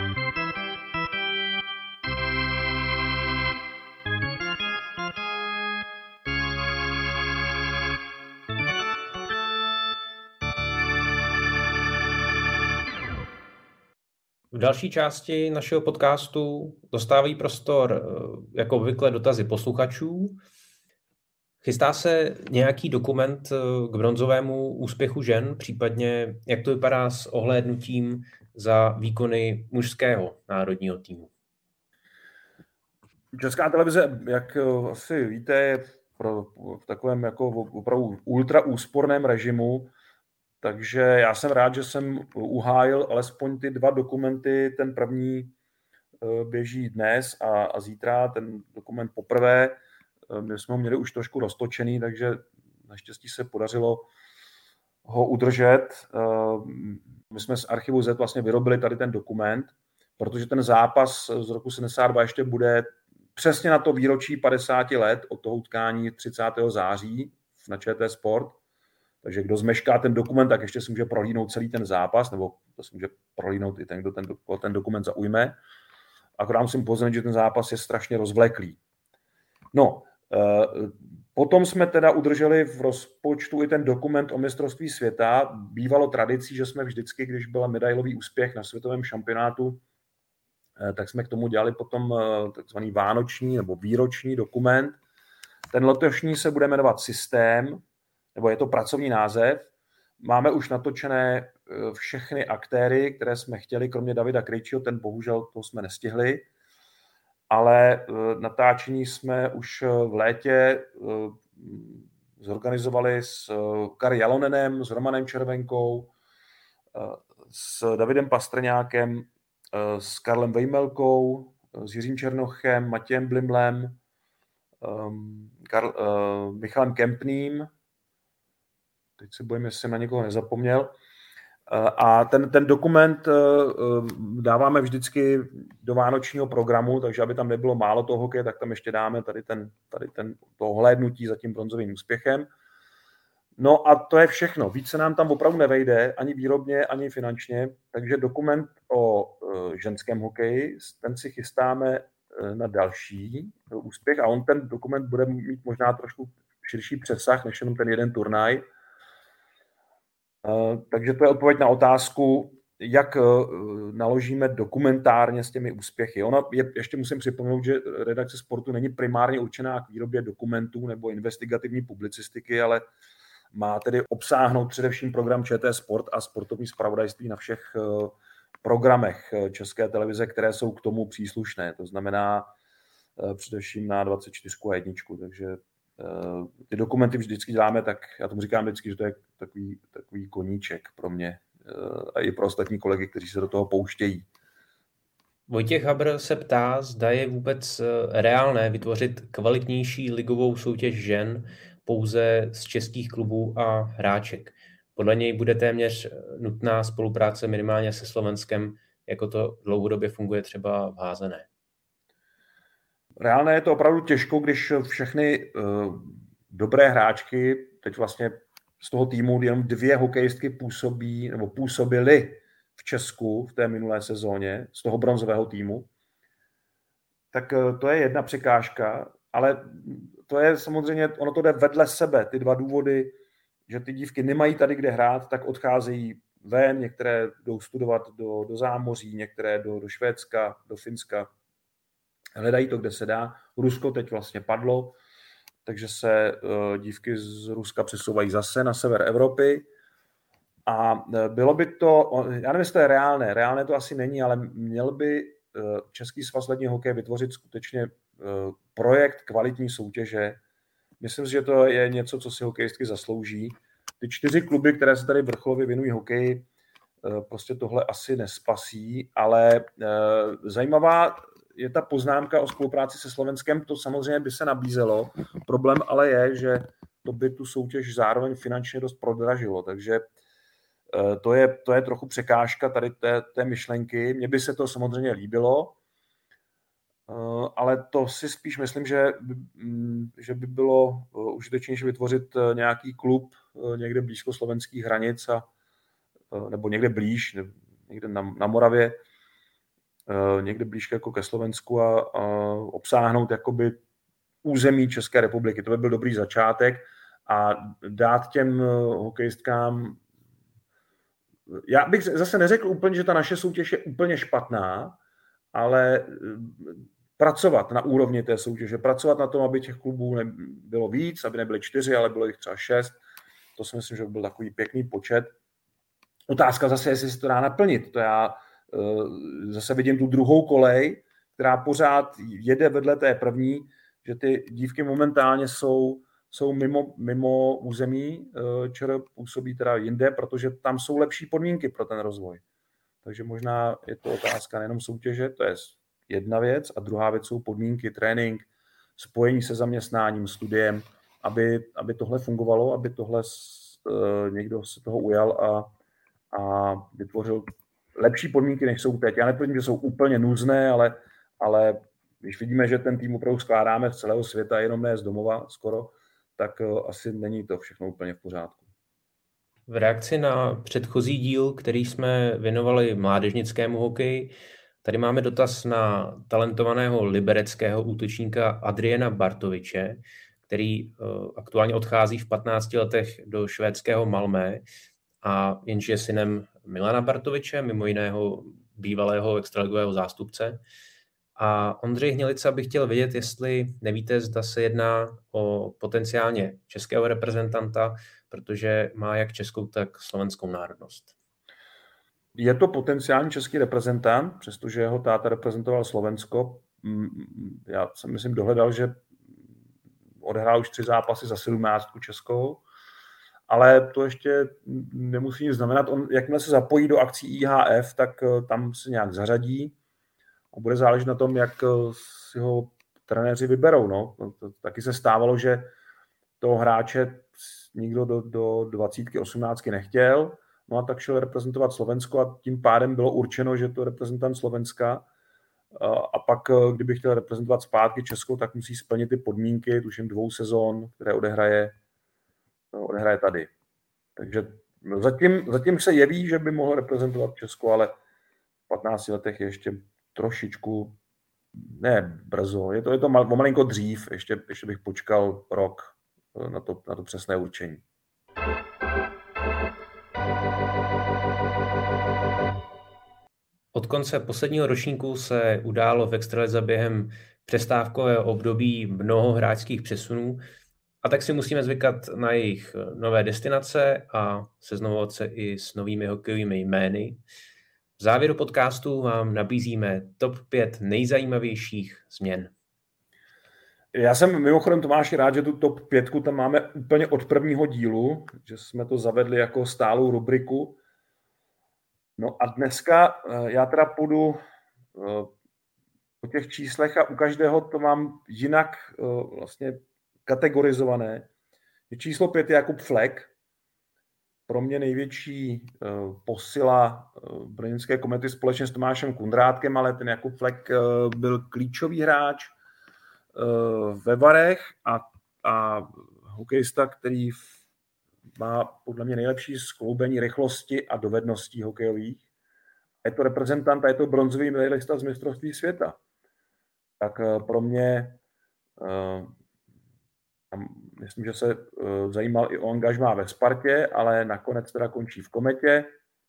V další části našeho podcastu dostávají prostor jako obvykle dotazy posluchačů. Chystá se nějaký dokument k bronzovému úspěchu žen, případně jak to vypadá s ohlédnutím za výkony mužského národního týmu? Česká televize, jak asi víte, je v takovém jako opravdu ultra úsporném režimu, takže já jsem rád, že jsem uhájil alespoň ty 2 dokumenty. Ten první běží dnes a zítra, ten dokument poprvé. My jsme ho měli už trošku roztočený, takže naštěstí se podařilo ho udržet. My jsme z Archivu Z vlastně vyrobili tady ten dokument, protože ten zápas z roku 72 ještě bude přesně na to výročí 50 let od toho utkání 30. září na ČT Sport. Takže kdo zmešká ten dokument, tak ještě si může prohlídnout celý ten zápas, nebo to si může prohlídnout i ten, kdo ten dokument zaujme. Akorát musím pozornit, že ten zápas je strašně rozvleklý. No, potom jsme teda udrželi v rozpočtu i ten dokument o mistrovství světa. Bývalo tradicí, že jsme vždycky, když byl medailový úspěch na světovém šampionátu, tak jsme k tomu dělali potom takzvaný vánoční nebo výroční dokument. Ten letošní se bude jmenovat Systém, nebo je to pracovní název. Máme už natočené všechny aktéry, které jsme chtěli, kromě Davida Krejčího, ten bohužel toho jsme nestihli, ale natáčení jsme už v létě zorganizovali s Kari Jalonenem, s Romanem Červenkou, s Davidem Pastrňákem, s Karlem Vejmelkou, s Jiřím Černochem, Matějem Blimlem, Michalem Kempným. Teď se bojím, jestli jsem na někoho nezapomněl. A ten dokument dáváme vždycky do vánočního programu, takže aby tam nebylo málo toho hokeje, tak tam ještě dáme tady to ohlédnutí za tím bronzovým úspěchem. No a to je všechno. Více nám tam opravdu nevejde, ani výrobně, ani finančně, takže dokument o ženském hokeji, ten si chystáme na další úspěch a ten dokument bude mít možná trošku širší přesah, než jenom ten jeden turnaj. Takže to je odpověď na otázku, jak naložíme dokumentárně s těmi úspěchy. Ještě musím připomenout, že redakce Sportu není primárně určená k výrobě dokumentů nebo investigativní publicistiky, ale má tedy obsáhnout především program ČT Sport a sportovní zpravodajství na všech programech České televize, které jsou k tomu příslušné. To znamená především na 24 a 1. Takže ty dokumenty vždycky děláme, tak já tomu říkám vždycky, že to je takový koníček pro mě a i pro ostatní kolegy, kteří se do toho pouštějí. Vojtěch Habr se ptá, zda je vůbec reálné vytvořit kvalitnější ligovou soutěž žen pouze z českých klubů a hráček. Podle něj bude téměř nutná spolupráce minimálně se Slovenskem, jako to dlouhodobě funguje třeba v házené. Reálné je to opravdu těžko, když všechny dobré hráčky, teď vlastně z toho týmu jenom 2 hokejistky působily v Česku v té minulé sezóně, z toho bronzového týmu, tak to je jedna překážka, ale to je samozřejmě, ono to jde vedle sebe, ty 2 důvody, že ty dívky nemají tady kde hrát, tak odcházejí ven, některé jdou studovat do zámoří, některé do Švédska, do Finska, hledají to, kde se dá. Rusko teď vlastně padlo, takže se dívky z Ruska přesouvají zase na sever Evropy. A bylo by to, já nevím, jestli to je reálné to asi není, ale měl by Český svaz ledního hokeje vytvořit skutečně projekt kvalitní soutěže. Myslím si, že to je něco, co si hokejistky zaslouží. Ty 4 kluby, které se tady vrcholově věnují hokeji, prostě tohle asi nespasí, ale zajímavá je ta poznámka o spolupráci se Slovenskem, to samozřejmě by se nabízelo. Problém ale je, že to by tu soutěž zároveň finančně dost prodražilo, takže to je trochu překážka tady té myšlenky. Mně by se to samozřejmě líbilo, ale to si spíš myslím, že by bylo užitečnější vytvořit nějaký klub někde blízko slovenských hranic nebo někde blíž, někde na Moravě, někde blíž jako ke Slovensku a obsáhnout jakoby území České republiky. To by byl dobrý začátek a dát těm hokejistkám. Já bych zase neřekl úplně, že ta naše soutěž je úplně špatná, ale pracovat na úrovni té soutěže, pracovat na tom, aby těch klubů bylo víc, aby nebyly 4, ale bylo jich třeba 6. To si myslím, že by byl takový pěkný počet. Otázka zase, jestli se to dá naplnit. To já zase vidím tu druhou kolej, která pořád jede vedle té první, že ty dívky momentálně jsou mimo území, ČR působí teda jinde, protože tam jsou lepší podmínky pro ten rozvoj. Takže možná je to otázka nejenom soutěže, to je jedna věc, a druhá věc jsou podmínky, trénink, spojení se zaměstnáním, studiem, aby tohle fungovalo, aby tohle někdo se toho ujal a vytvořil lepší podmínky, než jsou teď. Já netvrdím, že jsou úplně nuzné, ale když vidíme, že ten tým opravdu skládáme z celého světa, jenom ne z domova skoro, tak asi není to všechno úplně v pořádku. V reakci na předchozí díl, který jsme věnovali mládežnickému hokeji, tady máme dotaz na talentovaného libereckého útočníka Adriana Bartoviče, který aktuálně odchází v 15 letech do švédského Malmö, a jenže je synem Milana Bartoviče, mimo jiného bývalého extraligového zástupce. A Ondřej Hnilica by chtěl vědět, jestli nevíte, zda se jedná o potenciálně českého reprezentanta, protože má jak českou, tak slovenskou národnost. Je to potenciální český reprezentant, přestože jeho táta reprezentoval Slovensko. Já jsem, myslím, dohledal, že odehrál už 3 zápasy za 17 českou, ale to ještě nemusí nic znamenat. Jakmile se zapojí do akcí IHF, tak tam se nějak zařadí a bude záležet na tom, jak si ho trenéři vyberou. No. To taky se stávalo, že toho hráče nikdo do 20, 18 nechtěl, no a tak šel reprezentovat Slovensko a tím pádem bylo určeno, že to je reprezentant Slovenska. A pak, kdyby chtěl reprezentovat zpátky Českou, tak musí splnit ty podmínky, tuším 2 sezon, které odehraje tady. Takže zatím se jeví, že by mohl reprezentovat Česko, ale v 15 letech je ještě trošičku, ne brzo, je to malinko dřív, ještě bych počkal rok na to přesné určení. Od konce posledního ročníku se událo v extralize během přestávkového období mnoho hráčských přesunů, a tak si musíme zvykat na jejich nové destinace a seznamovat se i s novými hokejovými jmény. V závěru podcastu vám nabízíme top 5 nejzajímavějších změn. Já jsem mimochodem, Tomáši, rád, že tu top 5 tam máme úplně od prvního dílu, že jsme to zavedli jako stálou rubriku. No a dneska já teda půjdu po těch číslech a u každého to mám jinak vlastně kategorizované. Číslo 5 je Jakub Flek, pro mě největší posila brněnské Komety společně s Tomášem Kundrátkem, ale ten Jakub Flek byl klíčový hráč ve Varech a hokejista, který má podle mě nejlepší skloubení rychlosti a dovedností hokejových. Je to reprezentant a je to bronzový medailista z mistrovství světa. Tak pro mě myslím, že se zajímal i o angažmá ve Spartě, ale nakonec teda končí v Kometě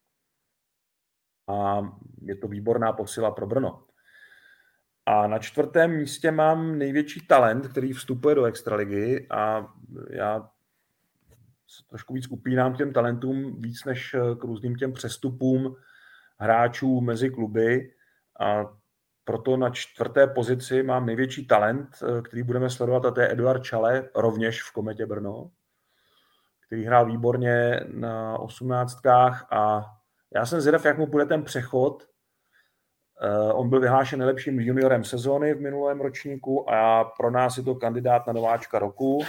a je to výborná posila pro Brno. A na 4. místě mám největší talent, který vstupuje do extraligy a já se trošku víc upínám k těm talentům, víc než k různým těm přestupům hráčů mezi kluby a proto na 4. pozici mám největší talent, který budeme sledovat, a to je Eduard Čale, rovněž v Kometě Brno, který hrál výborně na 18. a já jsem zvědav, jak mu bude ten přechod. On byl vyhlášen nejlepším juniorem sezóny v minulém ročníku a pro nás je to kandidát na nováčka roku.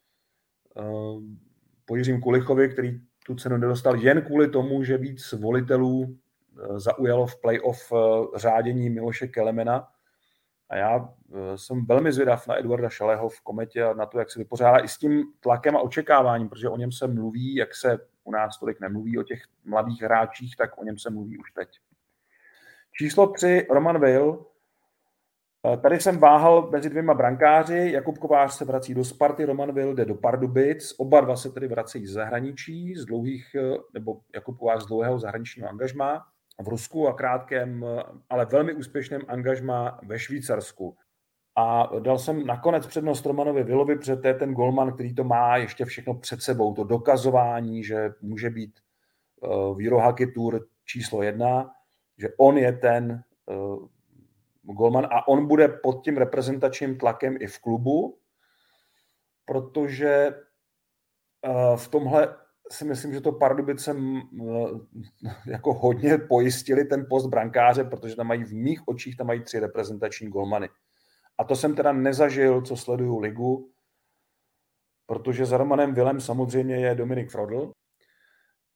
Po Jiřím Kulichovi, který tu cenu nedostal jen kvůli tomu, že víc volitelů zaujalo v playoff řádění Miloše Kelemena. A já jsem velmi zvědav na Eduarda Šaleho v Kometě a na to, jak se vypořádá i s tím tlakem a očekáváním, protože o něm se mluví, jak se u nás tolik nemluví o těch mladých hráčích, tak o něm se mluví už teď. Číslo 3, Roman Will. Tady jsem váhal mezi 2 brankáři. Jakub Kovář se vrací do Sparty, Roman Will jde do Pardubic. Oba dva se tedy vracejí z zahraničí, nebo Jakub Kovář z dlouhého zahraničního angažmá v Rusku a krátkém, ale velmi úspěšném angažmá ve Švýcarsku. A dal jsem nakonec přednost Romanovi Willovi, protože to je ten golman, který to má ještě všechno před sebou. To dokazování, že může být v Eurohockey Tour číslo 1, že on je ten golman a on bude pod tím reprezentačním tlakem i v klubu, protože v tomhle si myslím, že to Pardubice jako hodně pojistili ten post brankáře, protože tam mají v mých očích 3 reprezentační golmany. A to jsem teda nezažil, co sleduju ligu, protože za Romanem Willem samozřejmě je Dominik Frodl.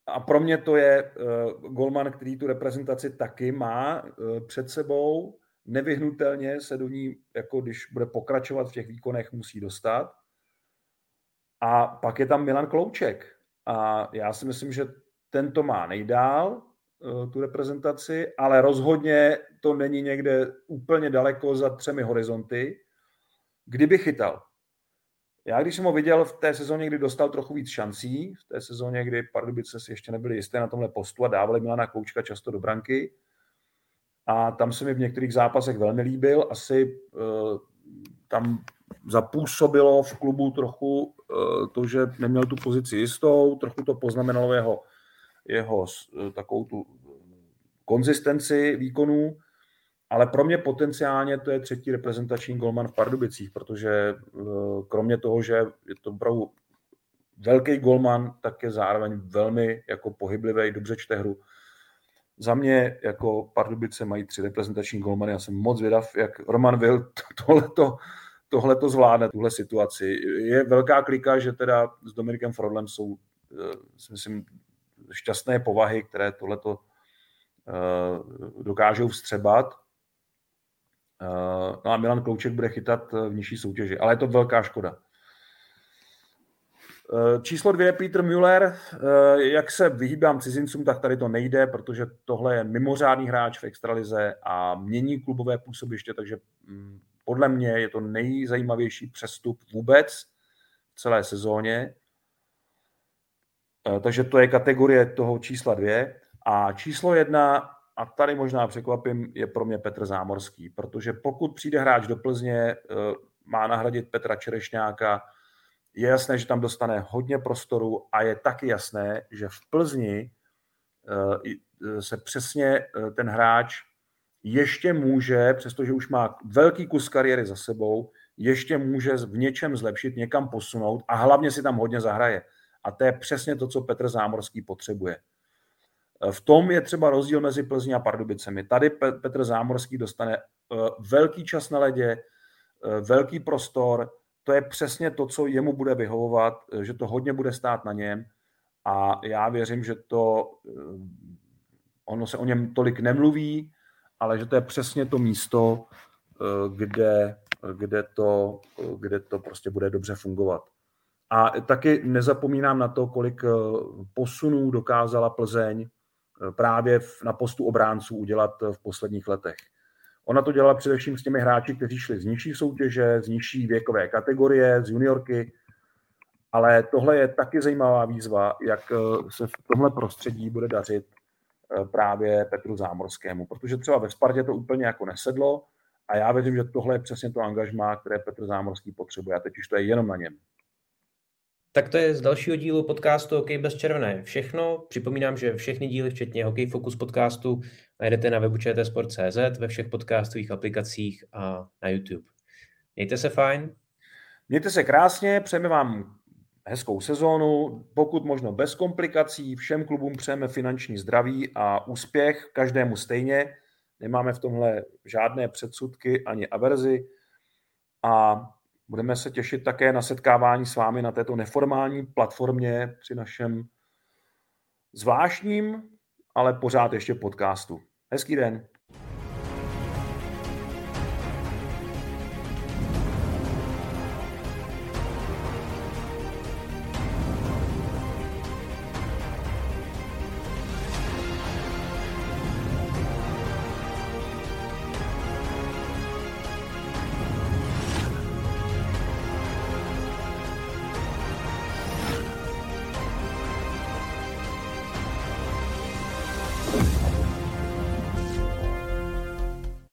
A pro mě to je golman, který tu reprezentaci taky má před sebou. Nevyhnutelně se do ní, jako když bude pokračovat v těch výkonech, musí dostat. A pak je tam Milan Klouček. A já si myslím, že ten to má nejdál, tu reprezentaci, ale rozhodně to není někde úplně daleko za 3 horizonty, kdyby chytal. Já když jsem ho viděl v té sezóně, kdy dostal trochu víc šancí, v té sezóně, kdy Pardubice si ještě nebyli jisté na tomhle postu a dávali Milana Kloučka často do branky, a tam se mi v některých zápasech velmi líbil. Asi tam zapůsobilo v klubu trochu to, že neměl tu pozici jistou, trochu to poznamenalo jeho takovou tu konzistenci výkonů, ale pro mě potenciálně to je 3. reprezentační golman v Pardubicích, protože kromě toho, že je to opravdu velký golman, tak je zároveň velmi jako pohyblivý, dobře čte hru. Za mě jako Pardubice mají 3 reprezentační golmany. Já jsem moc vědav, jak Roman Will tohleto zvládne, tuhle situaci. Je velká klika, že teda s Dominikem Frodlem jsou, myslím, šťastné povahy, které tohleto dokážou vstřebat. No a Milan Klouček bude chytat v nižší soutěži, ale je to velká škoda. Číslo 2 Peter Müller. Jak se vyhýbám cizincům, tak tady to nejde, protože tohle je mimořádný hráč v extralize a mění klubové působiště, takže podle mě je to nejzajímavější přestup vůbec v celé sezóně. Takže to je kategorie toho čísla 2. A číslo 1, a tady možná překvapím, je pro mě Petr Zámorský, protože pokud přijde hráč do Plzně, má nahradit Petra Čerešňáka, je jasné, že tam dostane hodně prostoru a je taky jasné, že v Plzni se přesně ten hráč ještě může, přestože už má velký kus kariéry za sebou, ještě může v něčem zlepšit, někam posunout a hlavně si tam hodně zahraje. A to je přesně to, co Petr Zámorský potřebuje. V tom je třeba rozdíl mezi Plzní a Pardubicemi. Tady Petr Zámorský dostane velký čas na ledě, velký prostor. To je přesně to, co jemu bude vyhovovat, že to hodně bude stát na něm. A já věřím, že ono se o něm tolik nemluví, ale že to je přesně to místo, kde to prostě bude dobře fungovat. A taky nezapomínám na to, kolik posunů dokázala Plzeň právě na postu obránců udělat v posledních letech. Ona to dělala především s těmi hráči, kteří šli z nižší soutěže, z nižší věkové kategorie, z juniorky, ale tohle je taky zajímavá výzva, jak se v tomhle prostředí bude dařit právě Petru Zámorskému, protože třeba ve Spartě to úplně jako nesedlo a já věřím, že tohle je přesně to angažmá, které Petr Zámorský potřebuje a teď už to je jenom na něm. Tak to je z dalšího dílu podcastu Hokej bez červené všechno. Připomínám, že všechny díly, včetně Hokej Focus podcastu, najdete na webu čtsport.cz, ve všech podcastových aplikacích a na YouTube. Mějte se fajn. Mějte se krásně, přejeme vám hezkou sezónu, pokud možno bez komplikací, všem klubům přejeme finanční zdraví a úspěch, každému stejně. Nemáme v tomhle žádné předsudky ani averzi a budeme se těšit také na setkávání s vámi na této neformální platformě při našem zvláštním, ale pořád ještě podcastu. Hezký den.